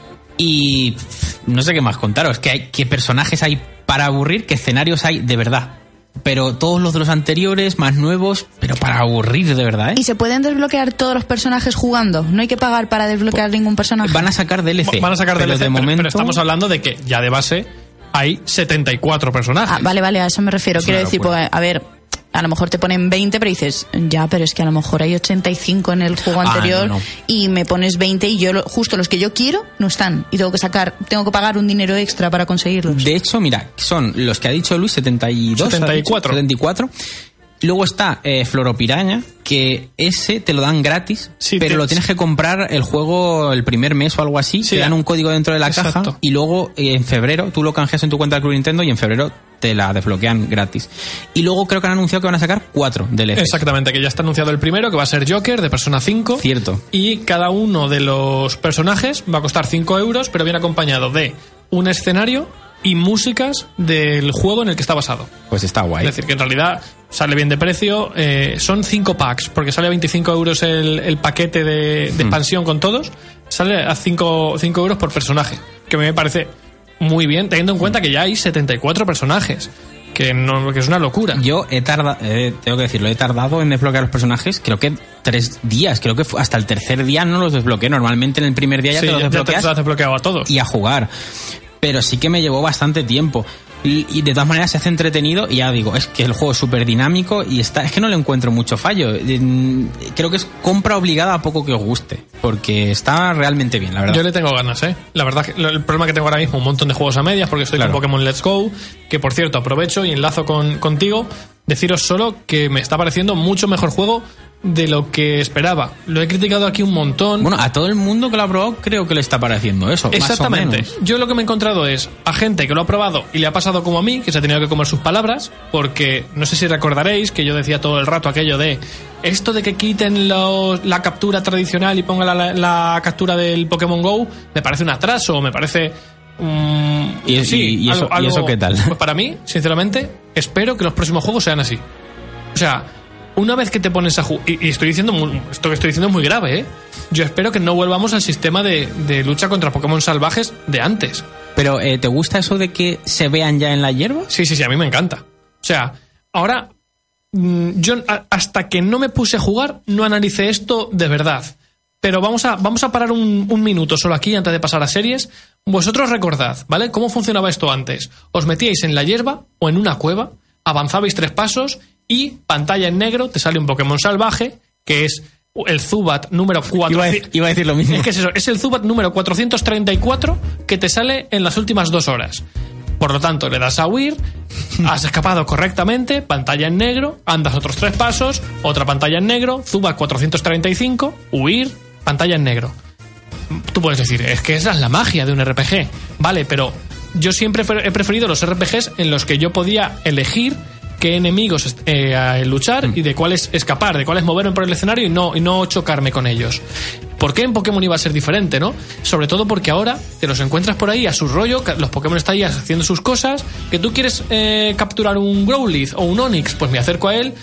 S3: Y no sé qué más contaros. ¿Qué personajes hay para aburrir? ¿Qué escenarios hay de verdad? Pero todos los de los anteriores, más nuevos, pero para aburrir de verdad, ¿eh?
S5: ¿Y se pueden desbloquear todos los personajes jugando? No hay que pagar para desbloquear ningún personaje.
S3: Van a sacar DLC.
S4: Van a sacar DLC,
S3: de momento...
S4: pero estamos hablando de que ya de base hay 74 personajes.
S5: Vale, a eso me refiero. Quiero decir, pues, a ver, a lo mejor te ponen 20, pero dices, ya, pero es que a lo mejor hay 85 en el juego anterior no. Y me pones 20 y yo justo los que yo quiero no están y tengo que pagar un dinero extra para conseguirlos.
S3: De hecho, mira, son los que ha dicho Luis, 74. Luego está Floropiraña, que ese te lo dan gratis, pero lo tienes que comprar el juego el primer mes o algo así. Te dan un código dentro de la caja y luego en febrero tú lo canjeas en tu cuenta del Club Nintendo y en febrero te la desbloquean gratis. Y luego creo que han anunciado que van a sacar 4 DLCs.
S4: Exactamente, que ya está anunciado el primero, que va a ser Joker, de Persona 5.
S3: Cierto.
S4: Y cada uno de los personajes va a costar 5 euros, pero viene acompañado de un escenario y músicas del juego en el que está basado.
S3: Pues está guay.
S4: Es decir, que en realidad sale bien de precio. Son 5 packs, porque sale a 25 euros el paquete de expansión con todos. Sale a 5 euros por personaje, que me parece muy bien, teniendo en cuenta que ya hay 74 personajes. Que es una locura.
S3: Yo tengo que decirlo, he tardado en desbloquear los personajes, creo que 3 días, creo que hasta el tercer día no los desbloqueé. Normalmente en el primer día ya te los desbloqueas.
S4: Ya te los has desbloqueado a todos.
S3: Y a jugar. Pero sí que me llevó bastante tiempo. Y de todas maneras se hace entretenido y ya digo, es que el juego es súper dinámico y es que no le encuentro mucho fallo. Creo que es compra obligada a poco que os guste, porque está realmente bien, la verdad.
S4: Yo le tengo ganas, la verdad, el problema que tengo ahora mismo, un montón de juegos a medias, porque estoy con Pokémon Let's Go, que por cierto aprovecho y enlazo contigo, deciros solo que me está pareciendo mucho mejor juego de lo que esperaba. Lo he criticado aquí un montón.
S3: Bueno, a todo el mundo que lo ha probado creo que le está pareciendo eso.
S4: Exactamente.
S3: Más o menos.
S4: Yo lo que me he encontrado es a gente que lo ha probado y le ha pasado como a mí, que se ha tenido que comer sus palabras, porque no sé si recordaréis que yo decía todo el rato aquello de esto de que quiten la captura tradicional y pongan la captura del Pokémon GO, me parece un atraso, me parece...
S3: ¿Y eso qué tal?
S4: Pues para mí, sinceramente, espero que los próximos juegos sean así. O sea, una vez que te pones a jugar, y esto que estoy diciendo es muy grave, yo espero que no volvamos al sistema de lucha contra Pokémon salvajes de antes.
S3: Pero, ¿te gusta eso de que se vean ya en la hierba?
S4: Sí, a mí me encanta. O sea, ahora, yo hasta que no me puse a jugar, no analicé esto de verdad. Pero vamos a parar un minuto solo aquí antes de pasar a series. Vosotros recordad, ¿vale? ¿Cómo funcionaba esto antes? Os metíais en la hierba o en una cueva, avanzabais 3 pasos y pantalla en negro, te sale un Pokémon salvaje, que es el Zubat número 4...
S3: Iba a decir lo mismo.
S4: Es que es el Zubat número 434 que te sale en las últimas 2 horas. Por lo tanto, le das a huir, has escapado correctamente, pantalla en negro, andas otros 3 pasos, otra pantalla en negro, Zubat 435, huir, pantalla en negro. Tú puedes decir, es que esa es la magia de un RPG. Vale, pero yo siempre he preferido los RPGs en los que yo podía elegir qué enemigos luchar y de cuáles escapar, de cuáles moverme por el escenario y no chocarme con ellos. ¿Por qué en Pokémon iba a ser diferente, no? Sobre todo porque ahora te los encuentras por ahí a su rollo, los Pokémon están ahí haciendo sus cosas, que tú quieres capturar un Growlithe o un Onix, pues me acerco a él,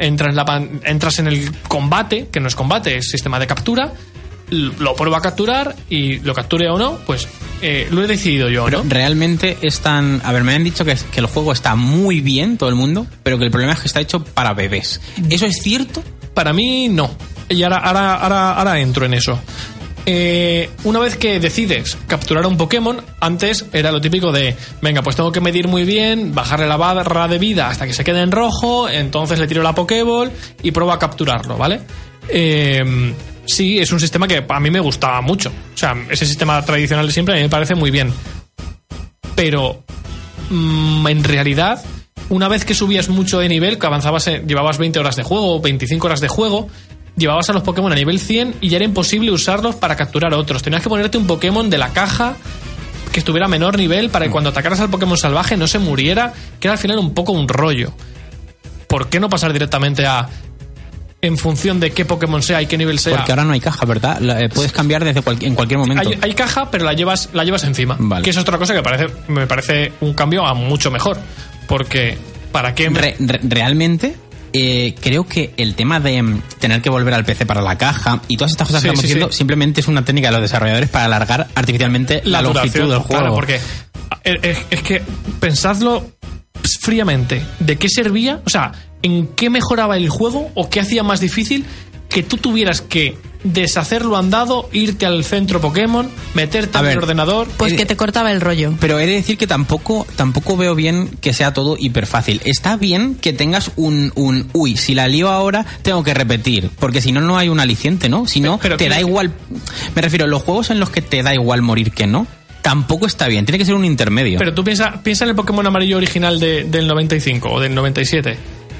S4: entras en el combate, que no es combate, es sistema de captura, lo pruebo a capturar y lo capture o no, pues lo he decidido yo, ¿no?
S3: Pero realmente están... A ver, me han dicho que el juego está muy bien, todo el mundo, pero que el problema es que está hecho para bebés. ¿Eso es cierto?
S4: Para mí, no. Y ahora entro en eso. Una vez que decides capturar a un Pokémon, antes era lo típico de, venga, pues tengo que medir muy bien, bajarle la barra de vida hasta que se quede en rojo, entonces le tiro la Pokéball y pruebo a capturarlo, ¿vale? Sí, es un sistema que a mí me gustaba mucho. O sea, ese sistema tradicional de siempre a mí me parece muy bien. Pero en realidad, una vez que subías mucho de nivel, que avanzabas, llevabas 20 horas de juego, 25 horas de juego, llevabas a los Pokémon a nivel 100 y ya era imposible usarlos para capturar otros. Tenías que ponerte un Pokémon de la caja que estuviera a menor nivel para que cuando atacaras al Pokémon salvaje no se muriera, que era al final un poco un rollo. ¿Por qué no pasar directamente a en función de qué Pokémon sea y qué nivel sea?
S3: Porque ahora no hay caja, ¿verdad? Puedes cambiar en cualquier momento.
S4: Hay caja, pero la llevas encima.
S3: Vale.
S4: Que es otra cosa que me parece un cambio a mucho mejor. Porque, ¿para qué?
S3: Realmente, creo que el tema de tener que volver al PC para la caja y todas estas cosas que estamos diciendo simplemente es una técnica de los desarrolladores para alargar artificialmente la longitud del juego.
S4: Claro, porque es que pensadlo fríamente. ¿De qué servía? O sea, ¿en qué mejoraba el juego o qué hacía más difícil que tú tuvieras que deshacerlo andado, irte al centro Pokémon, meterte en el ordenador?
S5: Pues que te cortaba el rollo.
S3: Pero he de decir que tampoco veo bien que sea todo hiper fácil. Está bien que tengas uy, si la lío ahora tengo que repetir, porque si no, no hay un aliciente, ¿no? Si no, te da igual. Me refiero a los juegos en los que te da igual morir que no. Tampoco está bien, tiene que ser un intermedio.
S4: Pero tú piensa en el Pokémon amarillo original del 95 o del 97.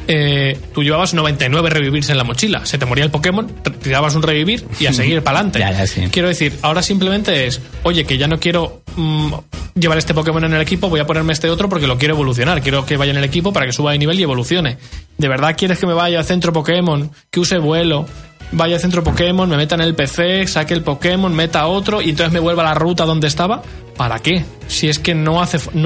S4: Tú llevabas 99 revivirse en la mochila. Se te moría el Pokémon, te dabas un revivir y a seguir para adelante.
S3: Sí.
S4: Quiero decir, ahora simplemente es, oye, que ya no quiero llevar este Pokémon en el equipo, voy a ponerme este otro porque lo quiero evolucionar. Quiero que vaya en el equipo para que suba de nivel y evolucione. ¿De verdad quieres que me vaya al centro Pokémon, que use vuelo, vaya al centro Pokémon, me meta en el PC, saque el Pokémon, meta otro y entonces me vuelva a la ruta donde estaba? ¿Para qué? Si es que no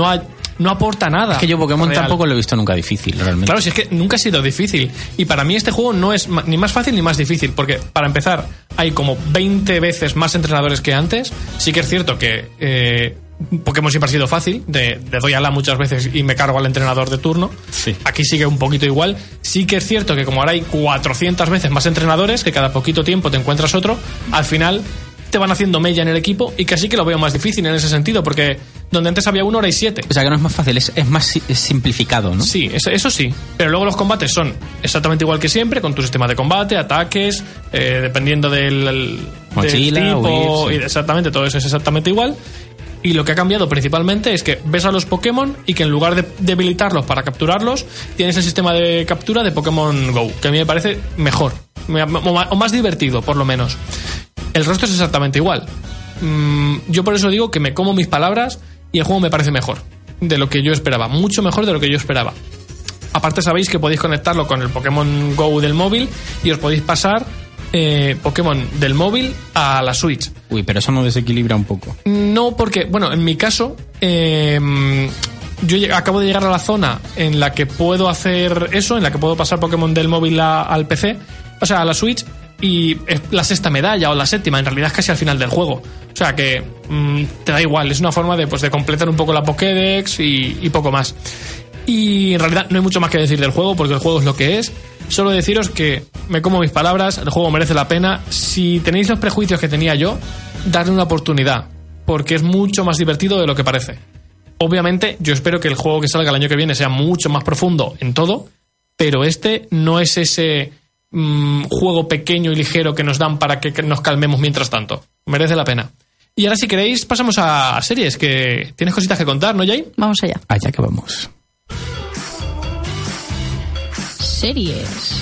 S4: aporta nada.
S3: Es que yo Pokémon tampoco lo he visto nunca difícil, realmente.
S4: Claro, si es que nunca ha sido difícil. Y para mí este juego no es ni más fácil ni más difícil, porque para empezar hay como 20 veces más entrenadores que antes. Sí que es cierto que Pokémon siempre ha sido fácil, le doy a la muchas veces y me cargo al entrenador de turno.
S3: Sí.
S4: Aquí sigue un poquito igual. Sí que es cierto que como ahora hay 400 veces más entrenadores, que cada poquito tiempo te encuentras otro, al final te van haciendo mella en el equipo y casi que lo veo más difícil en ese sentido, porque donde antes había uno ahora hay 7.
S3: O sea que no es más fácil, es más simplificado, ¿no?
S4: Sí, eso sí, pero luego los combates son exactamente igual que siempre, con tu sistema de combate, ataques, dependiendo del tipo, y exactamente, todo eso es exactamente igual. Y lo que ha cambiado principalmente es que ves a los Pokémon y que en lugar de debilitarlos para capturarlos, tienes el sistema de captura de Pokémon Go, que a mí me parece mejor, o más divertido, por lo menos. El resto es exactamente igual. Yo por eso digo que me como mis palabras y el juego me parece mejor de lo que yo esperaba, mucho mejor de lo que yo esperaba. Aparte sabéis que podéis conectarlo con el Pokémon Go del móvil y os podéis pasar Pokémon del móvil a la Switch.
S3: Uy, pero eso no desequilibra un poco.
S4: No, porque, bueno, en mi caso yo acabo de llegar a la zona en la que puedo hacer eso, en la que puedo pasar Pokémon del móvil al PC, o sea, a la Switch, y es la 6ª medalla o la 7ª, en realidad es casi al final del juego. O sea que te da igual, es una forma de completar un poco la Pokédex y poco más. Y en realidad no hay mucho más que decir del juego, porque el juego es lo que es. Solo deciros que me como mis palabras, el juego merece la pena. Si tenéis los prejuicios que tenía yo, darle una oportunidad, porque es mucho más divertido de lo que parece. Obviamente, yo espero que el juego que salga el año que viene sea mucho más profundo en todo, pero este no es ese juego pequeño y ligero que nos dan para que nos calmemos mientras tanto. Merece la pena. Y ahora, si queréis, pasamos a series, que tienes cositas que contar, ¿no, Jay?
S5: Vamos allá.
S3: Allá que vamos.
S5: Series.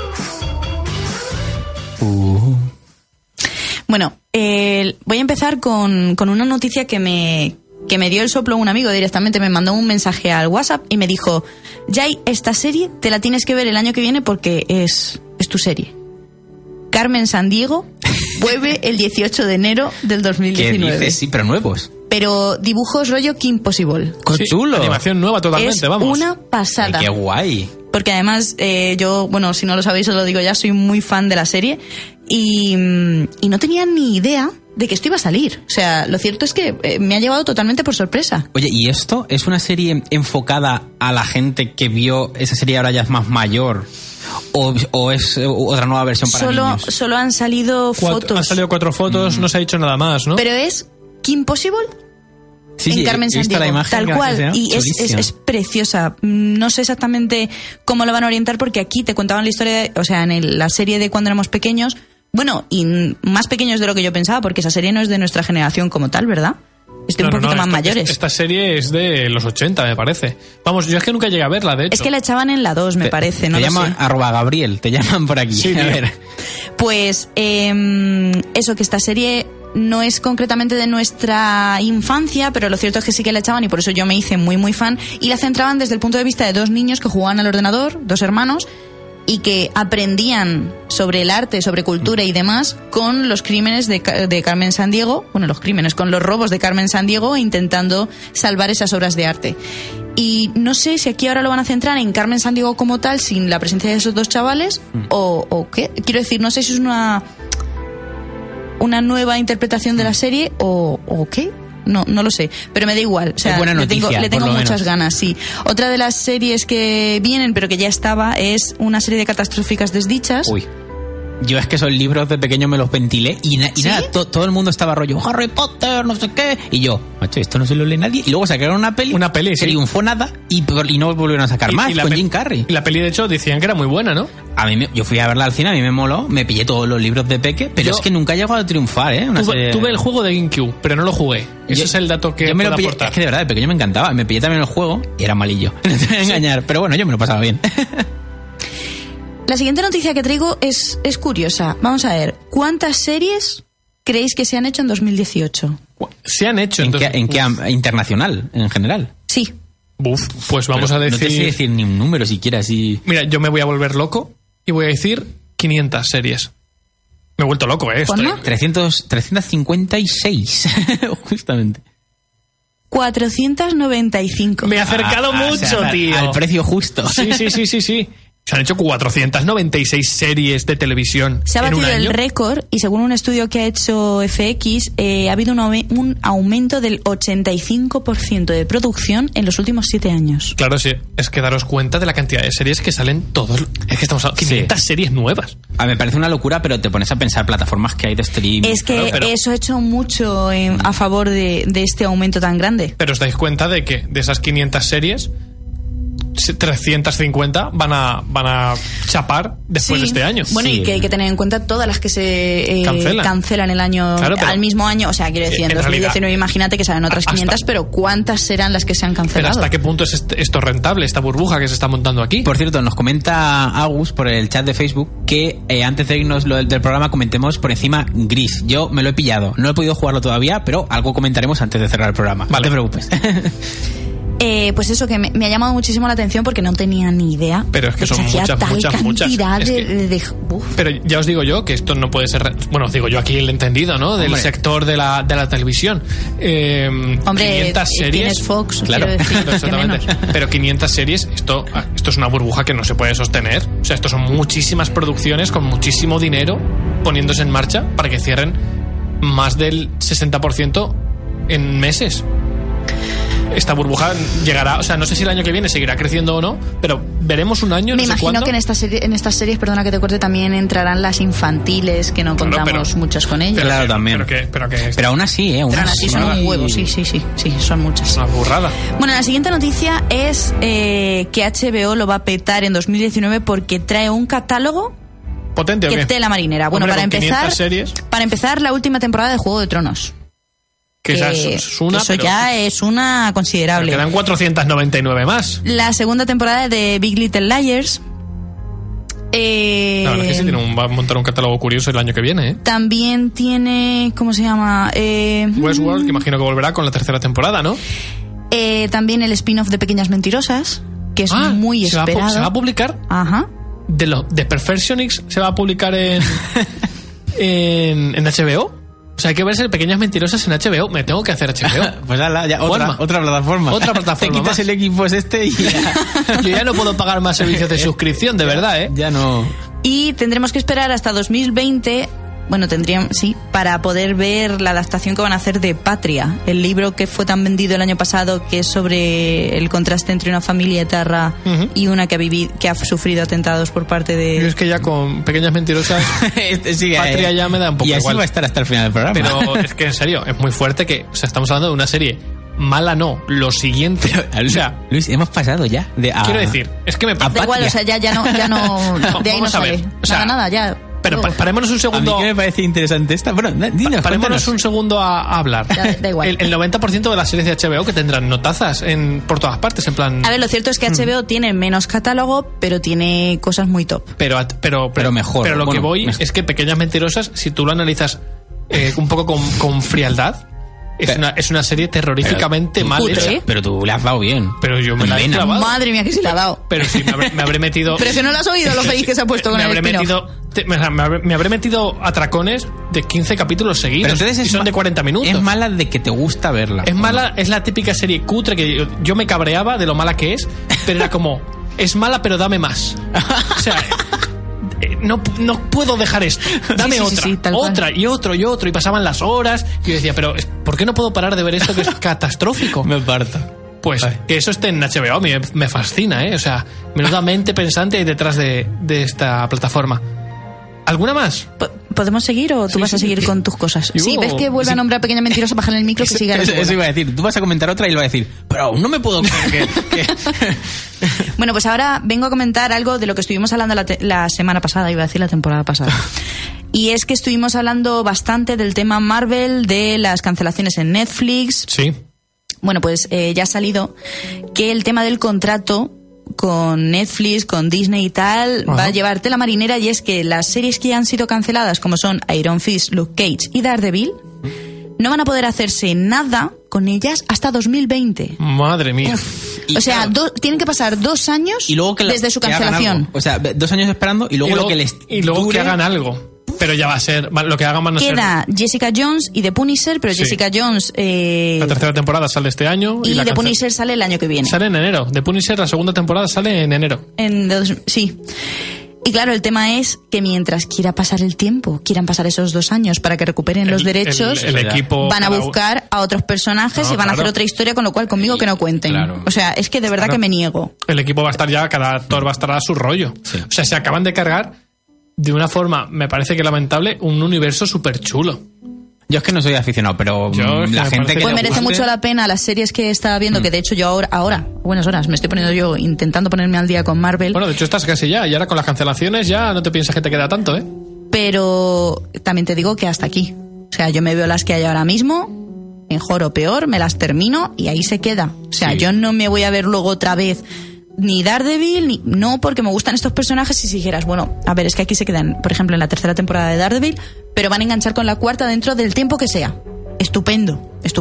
S5: Bueno, voy a empezar con una noticia que me dio el soplo un amigo directamente. Me mandó un mensaje al WhatsApp y me dijo: Jay, esta serie te la tienes que ver el año que viene porque es tu serie. Carmen Sandiego vuelve el 18 de enero del 2019.
S3: ¿Qué dices? Sí, pero nuevos.
S5: Pero dibujos rollo Kim Possible.
S3: ¡Qué chulo!
S4: Animación nueva totalmente,
S5: es
S4: vamos.
S5: Una pasada.
S3: Ay, ¡qué guay!
S5: Porque además yo, bueno, si no lo sabéis os lo digo ya, soy muy fan de la serie y no tenía ni idea de que esto iba a salir. O sea, lo cierto es que me ha llevado totalmente por sorpresa.
S3: Oye, ¿y esto es una serie enfocada a la gente que vio esa serie ahora ya es más mayor? ¿O es otra nueva versión para niños?
S5: Solo han salido fotos.
S4: Han salido 4 fotos, no se ha dicho nada más, ¿no?
S5: Pero es Kim Possible
S3: sí,
S5: en Carmen Sandiego,
S3: la imagen,
S5: tal cual,
S3: gracias,
S5: y es preciosa. No sé exactamente cómo lo van a orientar, porque aquí te contaban la historia, o sea, en la serie de cuando éramos pequeños, bueno, y más pequeños de lo que yo pensaba, porque esa serie no es de nuestra generación como tal, ¿verdad? un poquito más mayores.
S4: Esta serie es de los 80, me parece. Vamos, yo es que nunca llegué a verla, de hecho.
S5: Es que la echaban en la 2, me parece. No
S3: te
S5: lo
S3: llaman
S5: sé.
S3: @Gabriel, te llaman por aquí.
S4: Sí,
S3: a ver.
S5: Pues eso, que esta serie no es concretamente de nuestra infancia, pero lo cierto es que sí que la echaban y por eso yo me hice muy, muy fan. Y la centraban desde el punto de vista de dos niños que jugaban al ordenador, dos hermanos, y que aprendían sobre el arte, sobre cultura y demás con los crímenes de Carmen Sandiego, con los robos de Carmen Sandiego, intentando salvar esas obras de arte. Y no sé si aquí ahora lo van a centrar en Carmen Sandiego como tal, sin la presencia de esos dos chavales, o qué. Quiero decir, no sé si es una nueva interpretación de la serie o qué. No lo sé, pero me da igual. O sea,
S3: buena noticia,
S5: le tengo muchas
S3: menos.
S5: ganas, sí. Otra de las series que vienen, pero que ya estaba, es una serie de catastróficas desdichas.
S3: Uy. Yo es que esos libros de pequeño me los ventilé y
S5: ¿Sí?
S3: nada, todo el mundo estaba rollo Harry Potter, no sé qué, y yo, macho, esto no se lo lee nadie. Y luego sacaron una peli
S4: sí.
S3: triunfó nada y no volvieron a sacar más con Jim Carrey.
S4: Y la peli, de hecho, decían que era muy buena, ¿no?
S3: Yo fui a verla al cine, a mí me moló, me pillé todos los libros de peque, pero es que nunca llegó a triunfar, ¿eh?
S4: Tuve el juego de GameCube, pero no lo jugué. Ese es el dato que
S3: yo me
S4: puedo
S3: lo pillé,
S4: aportar.
S3: es que de verdad, de pequeño me encantaba, me pillé también el juego y era malillo, no te voy a engañar, pero bueno, yo me lo pasaba bien.
S5: La siguiente noticia que traigo es curiosa. Vamos a ver, ¿cuántas series creéis que se han hecho en 2018?
S4: Se han hecho.
S3: ¿En qué internacional, en general?
S5: Sí.
S4: Pues vamos a decir...
S3: No te sé decir ni un número siquiera, así...
S4: Mira, yo me voy a volver loco y voy a decir 500 series. Me he vuelto loco, esto.
S3: 356, justamente.
S5: 495.
S4: Me he acercado mucho, tío.
S3: Al precio justo.
S4: Sí. Se han hecho 496 series de televisión.
S5: Se ha
S4: en un
S5: batido el
S4: año.
S5: récord y según un estudio que ha hecho FX, ha habido un aumento del 85% de producción en los últimos 7 años.
S4: Claro, sí. Es que daros cuenta de la cantidad de series que salen todos. Es que estamos hablando de 500 series nuevas.
S3: Me parece una locura, pero te pones a pensar plataformas que hay de streaming.
S5: Es que eso ha hecho mucho a favor de este aumento tan grande.
S4: Pero os dais cuenta de que de esas 500 series, 350 van a chapar después de este año.
S5: Bueno, y que hay que tener en cuenta todas las que se cancelan el año,
S4: claro,
S5: al mismo año. O sea, quiero decir, en 2019 realidad, imagínate que salen otras 500, pero ¿cuántas serán las que se han cancelado?
S4: Pero ¿hasta qué punto es esto rentable, esta burbuja que se está montando aquí?
S3: Por cierto, nos comenta Agus por el chat de Facebook que antes de irnos del programa comentemos por encima Gris. Yo me lo he pillado, no he podido jugarlo todavía, pero algo comentaremos antes de cerrar el programa.
S4: Vale.
S3: No te preocupes.
S5: Pues eso, que me ha llamado muchísimo la atención porque no tenía ni idea.
S4: Pero es que son muchas. Pero ya os digo yo que esto no puede ser... Bueno, os digo yo aquí el entendido, ¿no? Del sector de la televisión.
S5: Hombre,
S4: 500 series...
S5: tienes Fox,
S4: claro,
S5: quiero decir,
S4: exactamente. Pero 500 series, esto es una burbuja que no se puede sostener. O sea, esto son muchísimas producciones con muchísimo dinero poniéndose en marcha para que cierren más del 60% en meses. Esta burbuja llegará, o sea, no sé si el año que viene seguirá creciendo o no, pero veremos un año, no sé cuándo.
S5: Me imagino que en estas series, perdona que te corte, también entrarán las infantiles, que no contamos muchas con ellas.
S3: Claro, también. Pero aún así,
S5: aún así son un huevo, sí, son muchas.
S4: Es una burrada.
S5: Bueno, la siguiente noticia es que HBO lo va a petar en 2019 porque trae un catálogo
S4: potente,
S5: que tela marinera. Bueno,
S4: hombre,
S5: para empezar, la última temporada de Juego de Tronos.
S4: Que eso
S5: ya es una considerable.
S4: Quedan 499 más.
S5: La segunda temporada de Big Little Liars.
S4: La verdad es que sí, va a montar un catálogo curioso el año que viene, ¿eh?
S5: También tiene, ¿cómo se llama?
S4: Westworld, que imagino que volverá con la tercera temporada, ¿no?
S5: También el spin-off de Pequeñas Mentirosas, que es muy esperado.
S4: ¿Se va a publicar?
S5: Ajá.
S4: De Perfectionist se va a publicar en HBO. O sea, hay que verse Pequeñas Mentirosas en HBO. Me tengo que hacer HBO.
S3: Pues ya, otra plataforma.
S4: Otra plataforma.
S3: Te quitas el equipo y ya.
S4: Yo ya no puedo pagar más servicios de suscripción, de verdad, ¿eh?
S3: Ya no.
S5: Y tendremos que esperar hasta 2020... Bueno, para poder ver la adaptación que van a hacer de Patria, el libro que fue tan vendido el año pasado, que es sobre el contraste entre una familia etarra y una que ha sufrido atentados por parte de...
S4: Yo es que ya con Pequeñas Mentirosas Patria ya me da un poco igual.
S3: Y así va a estar hasta el final del programa.
S4: Pero es que en serio, es muy fuerte que... O sea, estamos hablando de una serie mala, no, lo siguiente.
S3: Pero, o sea, Luis, hemos pasado ya
S4: quiero decir, es que me pasa...
S5: Da igual, o sea, ya no de ahí no sale.
S4: O sea,
S5: nada, ya...
S4: Pero parémonos un segundo.
S3: A mí que me parece interesante esta. Bueno,
S4: parémonos un segundo a hablar.
S5: Da igual.
S4: El 90% de las series de HBO que tendrán notazas por todas partes, en plan.
S5: A ver, lo cierto es que HBO tiene menos catálogo, pero tiene cosas muy top.
S4: Pero
S3: mejor.
S4: Pero lo que voy es que Pequeñas Mentirosas, si tú lo analizas un poco con frialdad, es una serie terroríficamente mal hecha.
S3: Pero tú le has dado bien.
S4: Pero yo me la he clavado.
S5: Madre mía, que sí le ha dado.
S4: Pero sí, me habré metido.
S5: Pero que no lo has oído lo feliz que se ha puesto con el spin-off.
S4: Me habré metido atracones de 15 capítulos seguidos.
S3: Pero entonces
S4: son de 40 minutos.
S3: Es mala de que te gusta verla.
S4: Es mala, es la típica serie cutre que yo me cabreaba de lo mala que es, pero era como, es mala pero dame más. O sea, no puedo dejar esto. Dame otra y otro. Y pasaban las horas. Y yo decía, pero ¿por qué no puedo parar de ver esto que es catastrófico?
S3: Me parto.
S4: Pues que eso esté en HBO a mí me fascina, ¿eh? O sea, menuda mente pensante hay detrás de esta plataforma. ¿Alguna más?
S5: ¿Podemos seguir o tú vas a seguir con tus cosas? Sí, ves que vuelve a nombrar Pequeña Mentirosa, bajar el micro que siga.
S3: Eso iba a decir. Tú vas a comentar otra y lo va a decir, pero aún no me puedo creer que...
S5: Bueno, pues ahora vengo a comentar algo de lo que estuvimos hablando la semana pasada, iba a decir la temporada pasada. Y es que estuvimos hablando bastante del tema Marvel, de las cancelaciones en Netflix.
S4: Sí.
S5: Bueno, pues ya ha salido que el tema del contrato con Netflix, con Disney y tal, va a llevar tela marinera, y es que las series que ya han sido canceladas, como son Iron Fist, Luke Cage y Daredevil, no van a poder hacerse nada con ellas hasta 2020.
S4: Madre mía.
S5: O sea, tienen que pasar 2 años
S3: y luego
S5: desde su cancelación.
S3: O sea, 2 años esperando y luego
S4: que hagan algo. Pero ya va a ser, lo que hagan van a ser...
S5: Queda Jessica Jones y The Punisher, pero Jessica Jones...
S4: la tercera temporada sale este año.
S5: Y The Punisher sale el año que viene.
S4: Sale en enero. The Punisher, la segunda temporada, sale en enero.
S5: Sí. Y claro, el tema es que mientras quiera pasar el tiempo, quieran pasar esos 2 años para que recuperen los derechos,
S4: el equipo
S5: van a buscar a otros personajes y van a hacer otra historia, con lo cual conmigo que no cuenten. Claro. O sea, es que de verdad que me niego.
S4: El equipo va a estar ya, cada actor va a estar a su rollo. Sí. O sea, se acaban de cargar de una forma, me parece que lamentable, un universo súper chulo.
S3: Yo es que no soy aficionado, pero la gente que
S5: pues merece mucho la pena las series que estaba viendo, que de hecho yo ahora, buenas horas, me estoy poniendo yo intentando ponerme al día con Marvel.
S4: Bueno, de hecho estás casi ya, y ahora con las cancelaciones ya no te piensas que te queda tanto, ¿eh?
S5: Pero también te digo que hasta aquí. O sea, yo me veo las que hay ahora mismo, mejor o peor, me las termino y ahí se queda. O sea, yo no me voy a ver luego otra vez ni Daredevil, no, porque me gustan estos personajes. Y si dijeras, bueno, a ver, es que aquí se quedan, por ejemplo, en la tercera temporada de Daredevil, pero van a enganchar con la cuarta dentro del tiempo que sea. Estupendo.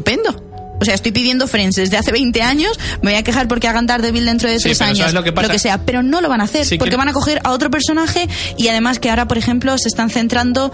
S5: O sea, estoy pidiendo Friends desde hace 20 años, me voy a quejar porque hagan Daredevil dentro de 3 años, lo que sea, pero no lo van a hacer, porque van a coger a otro personaje. Y además que ahora, por ejemplo, se están centrando...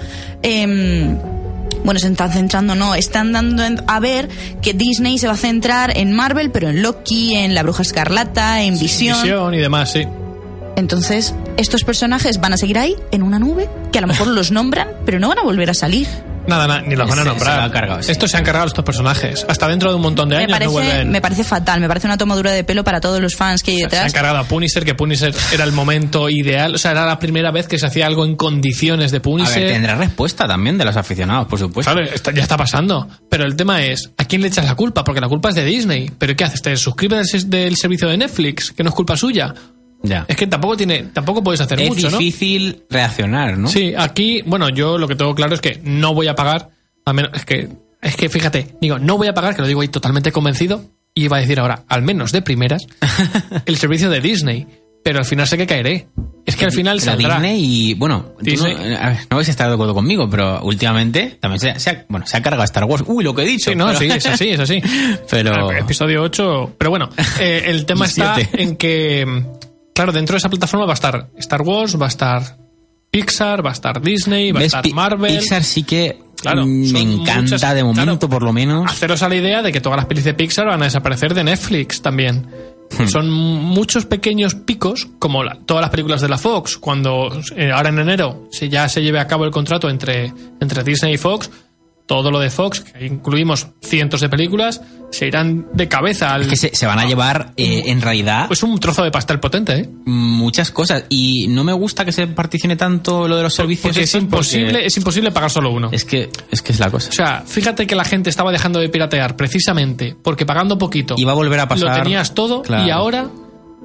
S5: están dando a ver que Disney se va a centrar en Marvel, pero en Loki, en la Bruja Escarlata, en Visión
S4: y demás, sí.
S5: Entonces, estos personajes van a seguir ahí, en una nube, que a lo mejor los nombran, pero no van a volver a salir.
S4: Nada, ni los van a nombrar. Estos se han cargado estos personajes. Hasta dentro de un montón de años no vuelven.
S5: Me parece fatal, me parece una tomadura de pelo para todos los fans que hay detrás.
S4: Se han cargado a Punisher, que Punisher era el momento ideal. O sea, era la primera vez que se hacía algo en condiciones de Punisher.
S3: A ver, tendrá respuesta también de los aficionados, por supuesto.
S4: Claro, ya está pasando. Pero el tema es, ¿a quién le echas la culpa? Porque la culpa es de Disney. ¿Pero qué haces? ¿Te suscribes del servicio de Netflix? Que no es culpa suya.
S3: Ya.
S4: Es que tampoco puedes hacer mucho, ¿no?
S3: Es difícil reaccionar, ¿no?
S4: Sí, aquí, bueno, yo lo que tengo claro es que no voy a pagar, al menos, es que fíjate, digo, no voy a pagar, que lo digo ahí totalmente convencido, y iba a decir ahora, al menos de primeras, el servicio de Disney, pero al final sé que caeré. Es que al final saldrá.
S3: Disney y, bueno,
S4: Disney.
S3: No vais a estar de acuerdo conmigo, pero últimamente también se ha cargado Star Wars. Uy, lo que he dicho.
S4: Sí, no, sí, es así.
S3: Pero...
S4: Episodio 8, pero bueno, el tema está en que... Claro, dentro de esa plataforma va a estar Star Wars, va a estar Pixar, va a estar Disney, va a estar Marvel.
S3: Pixar sí que me encanta de momento, por lo menos.
S4: Haceros a la idea de que todas las pelis de Pixar van a desaparecer de Netflix también. Son muchos pequeños picos, como todas las películas de la Fox, cuando ahora en enero ya se lleve a cabo el contrato entre Disney y Fox. Todo lo de Fox, que incluimos cientos de películas, se irán de cabeza al...
S3: Es que se van a llevar, en realidad...
S4: Es un trozo de pastel potente, ¿eh?
S3: Muchas cosas. Y no me gusta que se particione tanto lo de los servicios.
S4: Porque es imposible pagar solo uno.
S3: Es que es la cosa.
S4: O sea, fíjate que la gente estaba dejando de piratear precisamente porque pagando poquito...
S3: Iba a volver a pasar...
S4: Lo tenías todo, claro. Y ahora...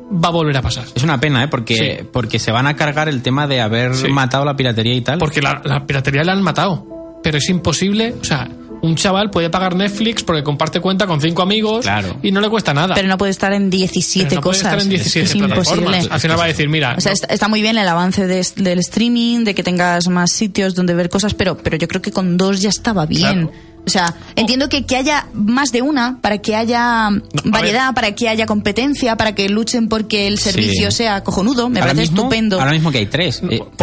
S4: va a volver a pasar.
S3: Es una pena, porque se van a cargar el tema de haber matado la piratería y tal.
S4: Porque la piratería la han matado, pero es imposible, o sea, un chaval puede pagar Netflix porque comparte cuenta con 5 amigos y no le cuesta nada.
S5: Pero no puede estar en 17 cosas.
S4: Puede estar en 17 plataformas. Al final va a decir, mira...
S5: O sea, está muy bien el avance del streaming, de que tengas más sitios donde ver cosas, pero yo creo que con 2 ya estaba bien. Claro. O sea, entiendo que haya más de una para que haya variedad, para que haya competencia, para que luchen porque el servicio sea cojonudo. Me parece estupendo.
S3: Ahora mismo que hay 3.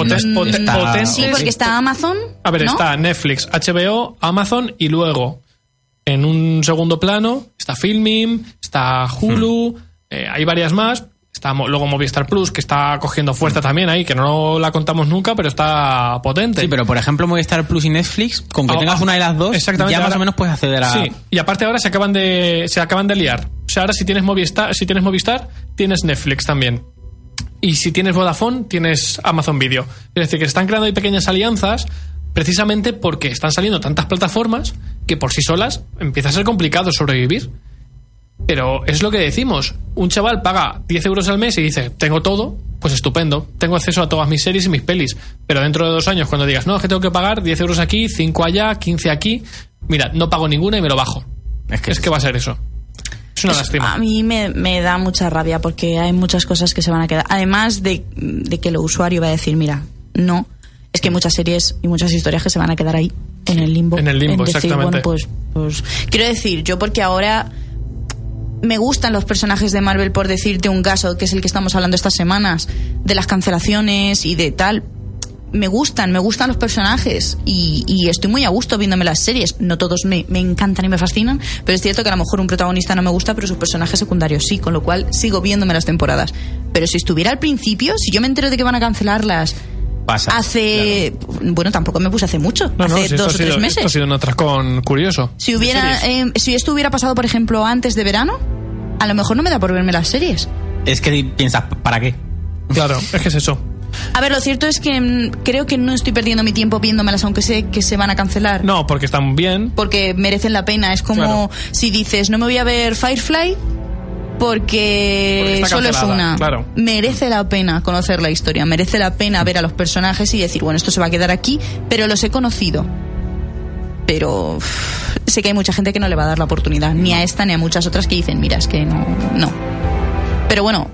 S5: Sí, porque está Amazon.
S4: A ver, está Netflix, HBO, Amazon y luego, en un segundo plano, está Filmin, está Hulu, hay varias más. Está luego Movistar Plus, que está cogiendo fuerza también ahí, que no la contamos nunca, pero está potente.
S3: Sí, pero por ejemplo Movistar Plus y Netflix, con que tengas una de las dos, ya más o menos puedes acceder a...
S4: Sí, y aparte ahora se acaban de liar. O sea, ahora si tienes Movistar, tienes Netflix también. Y si tienes Vodafone, tienes Amazon Video. Es decir, que se están creando ahí pequeñas alianzas precisamente porque están saliendo tantas plataformas que por sí solas empieza a ser complicado sobrevivir. Pero es lo que decimos, un chaval paga 10 euros al mes y dice, tengo todo, pues estupendo, tengo acceso a todas mis series y mis pelis, pero dentro de 2 años cuando digas, no, es que tengo que pagar 10 euros aquí, 5 allá, 15 aquí, mira, no pago ninguna y me lo bajo. Es que va a ser eso. Es una lástima.
S5: A mí me da mucha rabia porque hay muchas cosas que se van a quedar, además de que el usuario va a decir, mira, no, es que hay muchas series y muchas historias que se van a quedar ahí, en el limbo.
S4: En el limbo,
S5: decir,
S4: exactamente.
S5: Bueno, pues quiero decir, yo porque ahora... Me gustan los personajes de Marvel, por decirte un caso, que es el que estamos hablando estas semanas, de las cancelaciones y de tal. Me gustan los personajes y estoy muy a gusto viéndome las series. No todos me encantan y me fascinan, pero es cierto que a lo mejor un protagonista no me gusta, pero sus personajes secundarios sí, con lo cual sigo viéndome las temporadas. Pero si estuviera al principio, si yo me entero de que van a cancelarlas... Bueno, tampoco me puse hace mucho, hace 2 o 3 meses.
S4: Esto ha sido un atracón curioso.
S5: Si esto hubiera pasado, por ejemplo, antes de verano, a lo mejor no me da por verme las series.
S3: Es que piensas, ¿para qué?
S4: Claro, es que es eso.
S5: A ver, lo cierto es que creo que no estoy perdiendo mi tiempo viéndomelas, aunque sé que se van a cancelar.
S4: No, porque están bien.
S5: Porque merecen la pena. Es como si dices, no me voy a ver Firefly porque solo es una.
S4: Claro.
S5: Merece la pena conocer la historia, merece la pena ver a los personajes y decir, bueno, esto se va a quedar aquí, pero los he conocido. Pero sé que hay mucha gente que no le va a dar la oportunidad, ni a esta ni a muchas otras que dicen, mira, es que no. Pero bueno,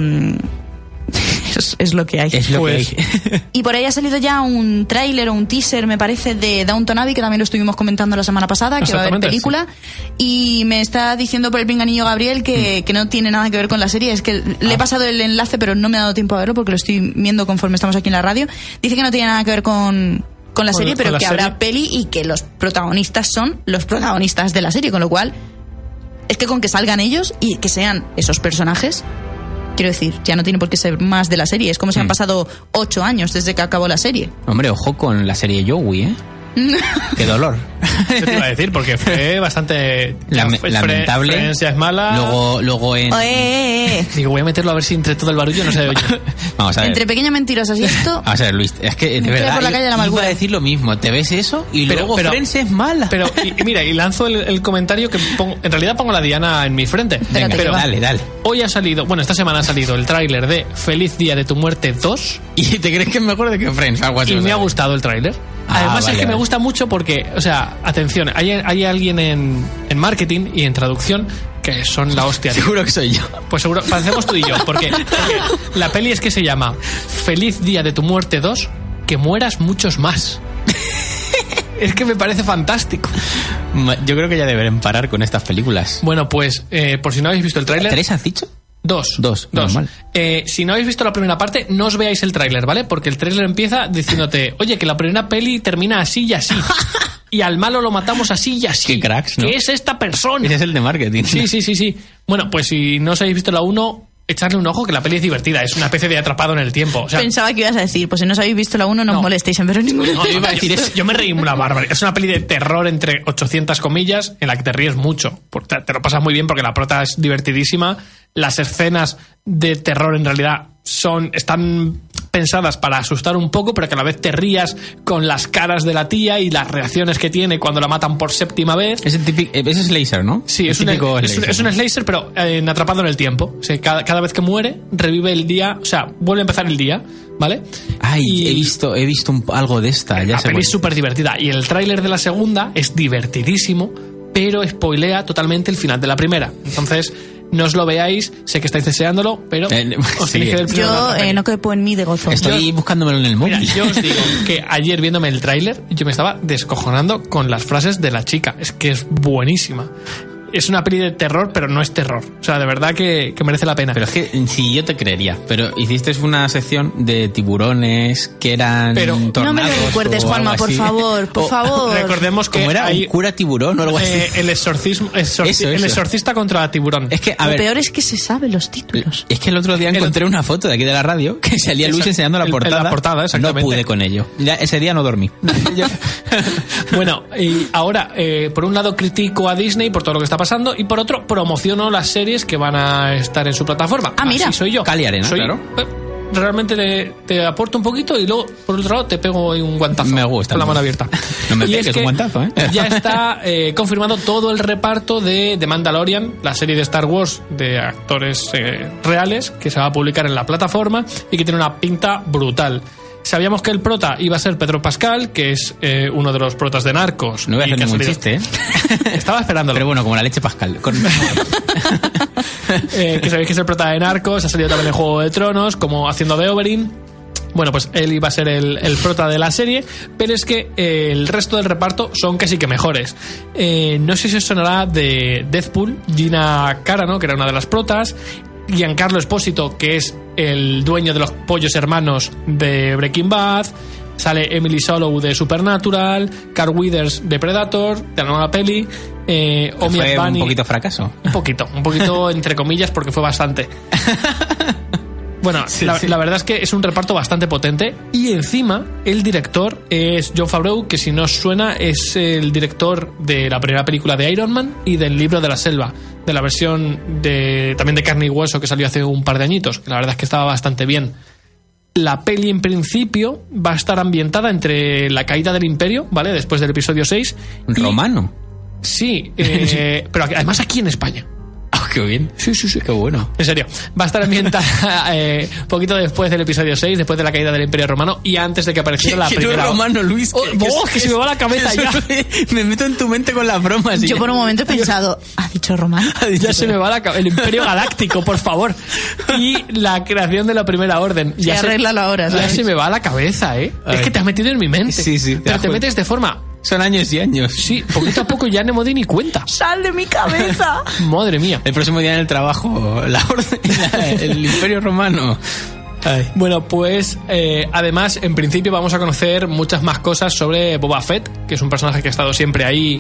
S5: es lo que hay.
S3: Es lo que hay.
S5: Y por ahí ha salido ya un tráiler o un teaser, me parece, de Downton Abbey, que también lo estuvimos comentando la semana pasada, que va a haber película. Sí. Y me está diciendo por el pinganillo Gabriel que no tiene nada que ver con la serie. Es que le he pasado el enlace, pero no me ha dado tiempo a verlo porque lo estoy viendo conforme estamos aquí en la radio. Dice que no tiene nada que ver con la serie, pero que habrá peli y que los protagonistas son los protagonistas de la serie, con lo cual es que con que salgan ellos y que sean esos personajes, quiero decir, ya no tiene por qué ser más de la serie. Es como si han pasado 8 años desde que acabó la serie.
S3: Hombre, ojo con la serie Joey, ¿eh? Qué dolor.
S4: ¿Qué te iba a decir? Porque fue bastante
S3: lamentable.
S4: Friends ya es mala.
S3: Luego en...
S4: Digo, voy a meterlo a ver si entre todo el barullo no se oye.
S3: Vamos a ver.
S5: Entre pequeñas mentirosas y esto...
S3: Vamos a ver, Luis, es que de verdad
S5: por la calle de la
S3: iba a decir lo mismo. Te ves eso y luego Friends es mala.
S4: Pero mira, y lanzo el comentario que en realidad pongo la diana en mi frente.
S3: Venga, pero dale.
S4: Hoy ha salido, esta semana ha salido el tráiler de Feliz Día de tu Muerte 2.
S3: ¿Y te crees que es mejor de que Friends? Algo así.
S4: Y me ha gustado el tráiler. Además es que me gusta mucho porque, o sea, atención, hay alguien en marketing y en traducción que son la hostia.
S3: Seguro que soy yo.
S4: Pues seguro, parecemos tú y yo, porque la peli es que se llama Feliz Día de tu Muerte 2, que mueras muchos más. Es que me parece fantástico.
S3: Yo creo que ya deberían parar con estas películas.
S4: Bueno, pues, por si no habéis visto el tráiler...
S3: ¿3 has dicho?
S4: 2. Normal. Si no habéis visto la primera parte, no os veáis el tráiler, ¿vale? Porque el tráiler empieza diciéndote, oye, que la primera peli termina así y así. Y al malo lo matamos así y así.
S3: Qué cracks, ¿no?
S4: Que es esta persona.
S3: Ese es el de marketing.
S4: Sí. Bueno, pues si no os habéis visto la 1, echarle un ojo, que la peli es divertida. Es una especie de atrapado en el tiempo. O sea,
S5: pensaba que ibas a decir, pues si no os habéis visto la 1, no os molestéis en ver ninguna.
S4: No, yo iba a decir eso. Yo me reí una barbaridad. Es una peli de terror entre 800 comillas en la que te ríes mucho. Te lo pasas muy bien porque la prota es divertidísima. Las escenas de terror en realidad están pensadas para asustar un poco, pero que a la vez te rías con las caras de la tía y las reacciones que tiene cuando la matan por 7ª vez.
S3: Es Slasher, ¿no?
S4: Sí, es un Slasher, pero atrapado en el tiempo. O sea, cada vez que muere, revive el día, o sea, vuelve a empezar el día, ¿vale?
S3: Ay, he visto algo de esta.
S4: La peli es súper divertida. Y el tráiler de la segunda es divertidísimo, pero spoilea totalmente el final de la primera. Entonces, no os lo veáis, sé que estáis deseándolo, pero os tenéis que ver primero.
S5: Yo no quepo en mí de gozo.
S3: Estoy buscándomelo en el móvil.
S4: Mira, yo os digo que ayer viéndome el tráiler, yo me estaba descojonando con las frases de la chica. Es que es buenísima. Es una peli de terror, pero no es terror. O sea, de verdad que merece la pena.
S3: Pero es que sí, yo te creería. Pero hiciste una sección de tiburones que eran tornados.
S5: No me lo recuerdes, Juanma, por favor, por favor.
S4: Recordemos que
S3: era un cura tiburón o algo así.
S4: El exorcista contra tiburón.
S3: Es que,
S5: lo peor es que se saben los títulos.
S3: Es que el otro día encontré una foto de aquí de la radio que salía Luis enseñando la portada.
S4: La portada, exactamente.
S3: No pude con ello. Ya, ese día no dormí.
S4: Bueno, y ahora, por un lado critico a Disney por todo lo que está pasando y por otro promociono las series que van a estar en su plataforma.
S5: Mira.
S4: Así soy yo.
S3: Cali Arena, claro.
S4: Realmente te aporto un poquito y luego, por otro lado, te pego un guantazo.
S3: Me gusta.
S4: Con la mano abierta.
S3: No me pegues un guantazo, ¿eh?
S4: Ya está confirmado todo el reparto de The Mandalorian, la serie de Star Wars de actores reales, que se va a publicar en la plataforma y que tiene una pinta brutal. Sabíamos que el prota iba a ser Pedro Pascal, que es uno de los protas de Narcos.
S3: No voy a hacer ningún chiste, ¿eh?
S4: Estaba esperándolo.
S3: Pero bueno, como la leche Pascal.
S4: Que sabéis que es el prota de Narcos, ha salido también en Juego de Tronos, como haciendo de Oberyn. Bueno, pues él iba a ser el prota de la serie, pero es que el resto del reparto son casi que mejores. No sé si os sonará de Deadpool, Gina Carano, que era una de las protas, Giancarlo Espósito, que es el dueño de los pollos hermanos de Breaking Bad, sale Emily Solow de Supernatural, Carl Weathers de Predator, de la nueva peli, Omi Abani.
S3: ¿Un poquito fracaso?
S4: Un poquito entre comillas, porque fue bastante. Bueno, sí, la verdad es que es un reparto bastante potente y encima el director es Jon Favreau, que si no os suena es el director de la primera película de Iron Man y del Libro de la Selva, de la versión también de carne y hueso que salió hace un par de añitos, que la verdad es que estaba bastante bien. La peli en principio va a estar ambientada entre la caída del Imperio, ¿vale? Después del episodio 6.
S3: ¿Romano?
S4: Sí, pero además aquí en España.
S3: Qué bien.
S4: Sí.
S3: Qué bueno.
S4: En serio. Va a estar ambientada poquito después del episodio 6, después de la caída del Imperio Romano y antes de que apareciera la primera...
S3: ¿Qué romano, Luis?
S4: Que se me va la cabeza ya.
S3: Me meto en tu mente con las bromas.
S5: Yo por un momento he pensado, ¿ha dicho romano?
S4: Ya se me va la cabeza. El Imperio Galáctico, por favor. Y la creación de la Primera Orden.
S5: Ya arréglalo ahora, ¿sabes?
S4: Ya se me va la cabeza, ¿eh? Ay. Es que te has metido en mi mente.
S3: Sí.
S4: Pero te metes de forma...
S3: Son años y años.
S4: Sí, poquito a poco ya no me di ni cuenta.
S5: ¡Sal de mi cabeza!
S4: Madre mía.
S3: El próximo día en el trabajo, la orden, el Imperio Romano.
S4: Ay. Bueno, pues además, en principio vamos a conocer muchas más cosas sobre Boba Fett, que es un personaje que ha estado siempre ahí.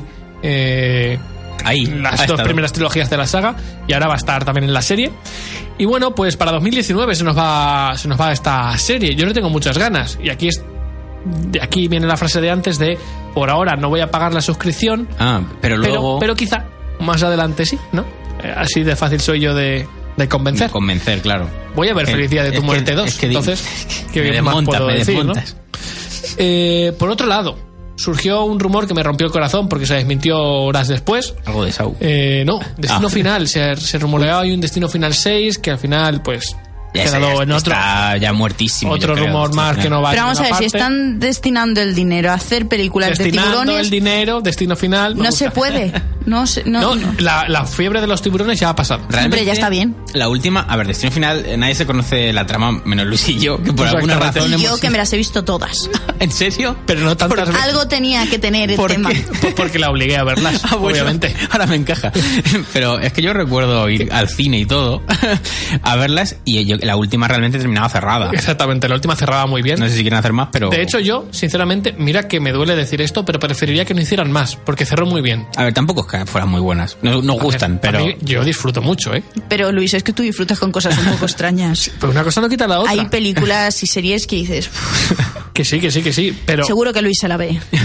S4: Las dos primeras trilogías de la saga, y ahora va a estar también en la serie. Y bueno, pues para 2019 se nos va esta serie. Yo no tengo muchas ganas. Y de aquí viene la frase de antes de por ahora no voy a pagar la suscripción,
S3: pero luego
S4: pero quizá más adelante sí, ¿no? Así de fácil soy yo de convencer.
S3: De convencer, claro.
S4: Voy a ver Feliz Día de tu Muerte 2. Entonces, ¿qué bien más puedo decir, ¿no? Por otro lado, surgió un rumor que me rompió el corazón porque se desmintió horas después.
S3: Algo de Saw.
S4: No, Destino Final. Se rumoreaba hoy un Destino Final 6 que al final, pues...
S3: Está ya muertísimo.
S4: Otro rumor más que no va a...
S5: Pero vamos a ver, si están destinando el dinero a hacer películas de tiburones...
S4: Destinando el dinero, Destino Final...
S5: No se puede. No.
S4: La fiebre de los tiburones ya ha pasado.
S5: Hombre, ya está bien.
S3: La última... A ver, Destino Final, nadie se conoce la trama, menos Luis y yo, que por alguna razón...
S5: Y yo que me las he visto todas.
S3: ¿En serio?
S4: Pero no tantas veces.
S5: Algo tenía que tener el tema.
S4: Porque la obligué a verlas, obviamente.
S3: Ahora me encaja. Pero es que yo recuerdo ir al cine y todo a verlas y la última realmente terminaba cerrada.
S4: Exactamente, la última cerraba muy bien.
S3: No sé si quieren hacer más, pero...
S4: De hecho, yo, sinceramente, mira que me duele decir esto, pero preferiría que no hicieran más, porque cerró muy bien.
S3: A ver, tampoco es que fueran muy buenas. Nos gustan, pero...
S4: A mí, yo disfruto mucho, ¿eh?
S5: Pero, Luis, es que tú disfrutas con cosas un poco extrañas.
S4: Pero una cosa no quita la otra.
S5: Hay películas y series que dices...
S4: Que sí, pero...
S5: Seguro que Luis se la ve.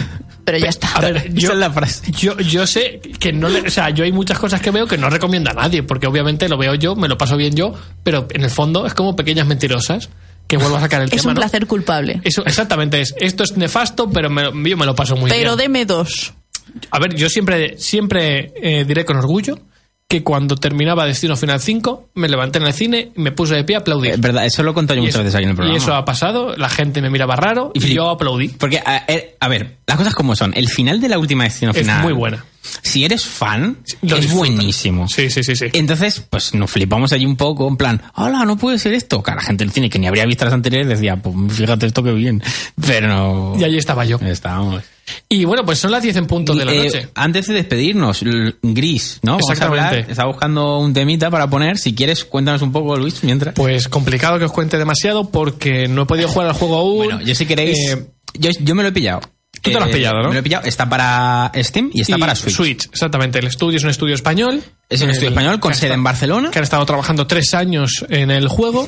S5: pero ya está.
S4: A ver,
S3: esa es la frase.
S4: Yo sé que no o sea, yo hay muchas cosas que veo que no recomiendo a nadie, porque obviamente lo veo yo, me lo paso bien yo, pero en el fondo es como Pequeñas Mentirosas, que vuelvo a sacar el tema,
S5: Es un
S4: ¿no?
S5: placer culpable.
S4: Eso, exactamente es. Esto es nefasto, pero yo me lo paso muy bien.
S5: Pero deme 2.
S4: A ver, yo siempre diré con orgullo que cuando terminaba Destino Final 5, me levanté en el cine y me puse de pie a aplaudir.
S3: Es verdad, eso lo he contado yo muchas veces aquí en el programa.
S4: Y eso ha pasado, la gente me miraba raro y yo aplaudí.
S3: Porque, a ver, las cosas como son. El final de la última Destino Final...
S4: Es muy buena.
S3: Si eres fan,
S4: Lo
S3: es
S4: disfrutas.
S3: buenísimo.
S4: Sí.
S3: Entonces, pues nos flipamos allí un poco, en plan, hola, no puede ser esto. Que la gente del cine que ni habría visto las anteriores decía, pues fíjate esto que bien. Pero no...
S4: Y allí estaba yo.
S3: Estábamos.
S4: Y bueno, pues son las 10 en punto de la noche.
S3: Antes de despedirnos, Gris, ¿no? Vamos a hablar. Está buscando un temita para poner. Si quieres, cuéntanos un poco, Luis, mientras.
S4: Pues complicado que os cuente demasiado porque no he podido jugar al juego aún.
S3: Bueno, yo si queréis... Yo me lo he pillado.
S4: Tú te lo has pillado, ¿no?
S3: Me lo he pillado. Está para Steam y está para Switch.
S4: Exactamente. El estudio es un estudio español.
S3: Es un estudio español con sede en Barcelona.
S4: Que han estado trabajando 3 años en el juego.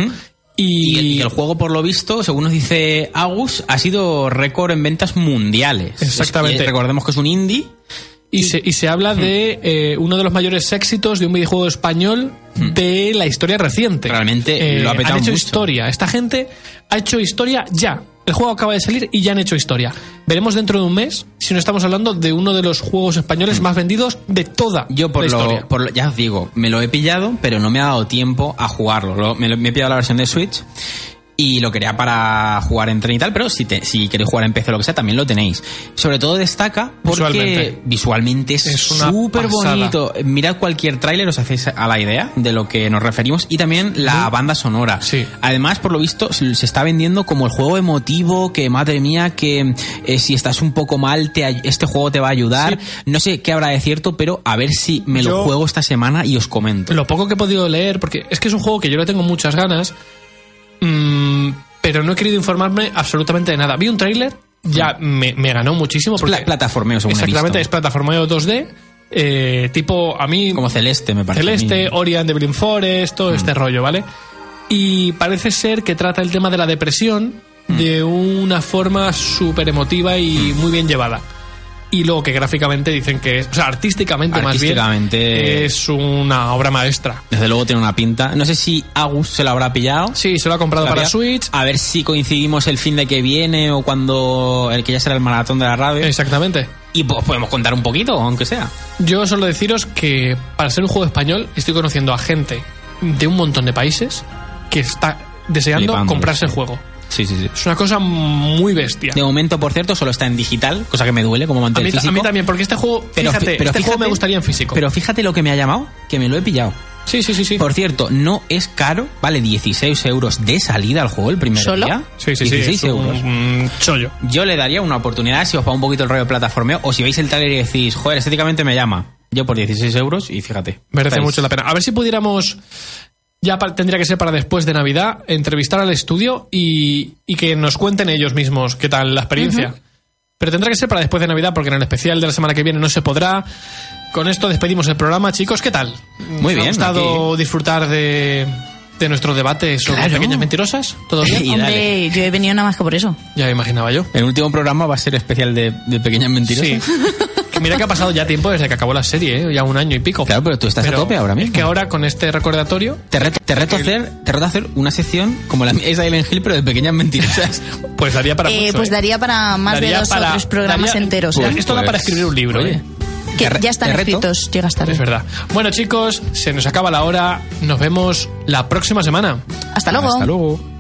S4: Y
S3: el juego, por lo visto, según nos dice Agus, ha sido récord en ventas mundiales.
S4: Exactamente.
S3: Recordemos que es un indie.
S4: Y se habla de uno de los mayores éxitos de un videojuego español de la historia reciente.
S3: Realmente lo ha petado
S4: Han hecho
S3: mucho.
S4: historia. Esta gente ha hecho historia ya. El juego acaba de salir y ya han hecho historia. Veremos dentro de un mes si no estamos hablando de uno de los juegos españoles más vendidos de toda la historia.
S3: Ya os digo, me lo he pillado, pero no me ha dado tiempo a jugarlo. Me he pillado la versión de Switch y lo quería para jugar en tren y tal, pero si queréis jugar en PC o lo que sea, también lo tenéis. Sobre todo destaca porque visualmente es súper bonito. Mirad cualquier tráiler, os hacéis a la idea de lo que nos referimos, y también la banda sonora.
S4: Sí.
S3: Además, por lo visto, se está vendiendo como el juego emotivo, que madre mía, que si estás un poco mal, este juego te va a ayudar. Sí. No sé qué habrá de cierto, pero a ver si me lo juego esta semana y os comento.
S4: Lo poco que he podido leer, porque es que es un juego que yo le tengo muchas ganas, pero no he querido informarme absolutamente de nada. Vi un tráiler, ya me ganó muchísimo. Porque
S3: plataformeo, según
S4: exactamente,
S3: he visto.
S4: es plataformeo 2D, tipo a mí...
S3: Como Celeste, me parece.
S4: Celeste, Ori and the Blind Forest, todo este rollo, ¿vale? Y parece ser que trata el tema de la depresión de una forma súper emotiva y muy bien llevada. Y luego que gráficamente dicen que es, o sea, artísticamente más bien, es una obra maestra.
S3: Desde luego tiene una pinta. No sé si Agus se lo habrá pillado.
S4: Sí, se lo ha comprado para Switch.
S3: A ver si coincidimos el fin de que viene o cuando el que ya será el maratón de la radio.
S4: Exactamente.
S3: Y pues podemos contar un poquito, aunque sea.
S4: Yo solo deciros que para ser un juego español estoy conociendo a gente de un montón de países que está deseando comprarse el juego.
S3: Sí.
S4: Es una cosa muy bestia.
S3: De momento, por cierto, solo está en digital, cosa que me duele como amante del físico.
S4: A mí también, porque este juego, fíjate, juego me gustaría en físico.
S3: Pero fíjate lo que me ha llamado, que me lo he pillado.
S4: Sí.
S3: Por cierto, no es caro, vale 16 euros de salida al juego el primer día.
S4: Sí.
S3: 16 euros.
S4: Chollo.
S3: Yo le daría una oportunidad si os va un poquito el rollo de plataformeo, o si veis el trailer y decís, joder, estéticamente me llama. Yo por 16 euros y fíjate.
S4: Merece mucho la pena. A ver si pudiéramos... Ya tendría que ser para después de Navidad, entrevistar al estudio y que nos cuenten ellos mismos qué tal la experiencia. Pero tendrá que ser para después de Navidad, porque en el especial de la semana que viene no se podrá. Con esto despedimos el programa, chicos. ¿Qué tal?
S3: Muy bien.
S4: ¿Os ha gustado disfrutar de nuestro debate sobre Pequeñas Mentirosas? ¿Todo bien?
S5: Hombre, yo he venido nada más que por eso.
S4: Ya me imaginaba yo.
S3: El último programa va a ser especial de Pequeñas Mentirosas.
S4: Sí. Mira que ha pasado ya tiempo desde que acabó la serie, ya 1 año y pico.
S3: Claro, pero tú estás a tope ahora mismo.
S4: Es que ahora con este recordatorio...
S3: Te reto a hacer una sección como la mía Silent Hill, pero de Pequeñas Mentirosas.
S4: Pues daría para mucho.
S5: Pues daría para más de 2 o 3 programas enteros.
S4: Esto da para escribir un libro.
S3: Oye,
S5: que ya están escritos, llegas tarde.
S4: Es verdad. Bueno, chicos, se nos acaba la hora. Nos vemos la próxima semana.
S5: Hasta luego.
S3: Hasta luego.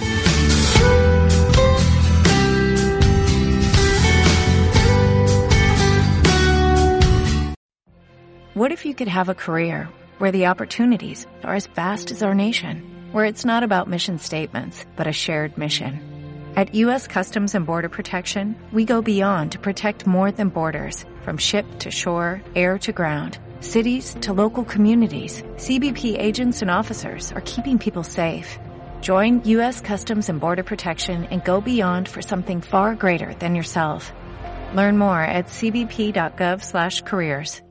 S6: What if you could have a career where the opportunities are as vast as our nation, where it's not about mission statements, but a shared mission? At U.S. Customs and Border Protection, we go beyond to protect more than borders. From ship to shore, air to ground, cities to local communities, CBP agents and officers are keeping people safe. Join U.S. Customs and Border Protection and go beyond for something far greater than yourself. Learn more at cbp.gov/careers.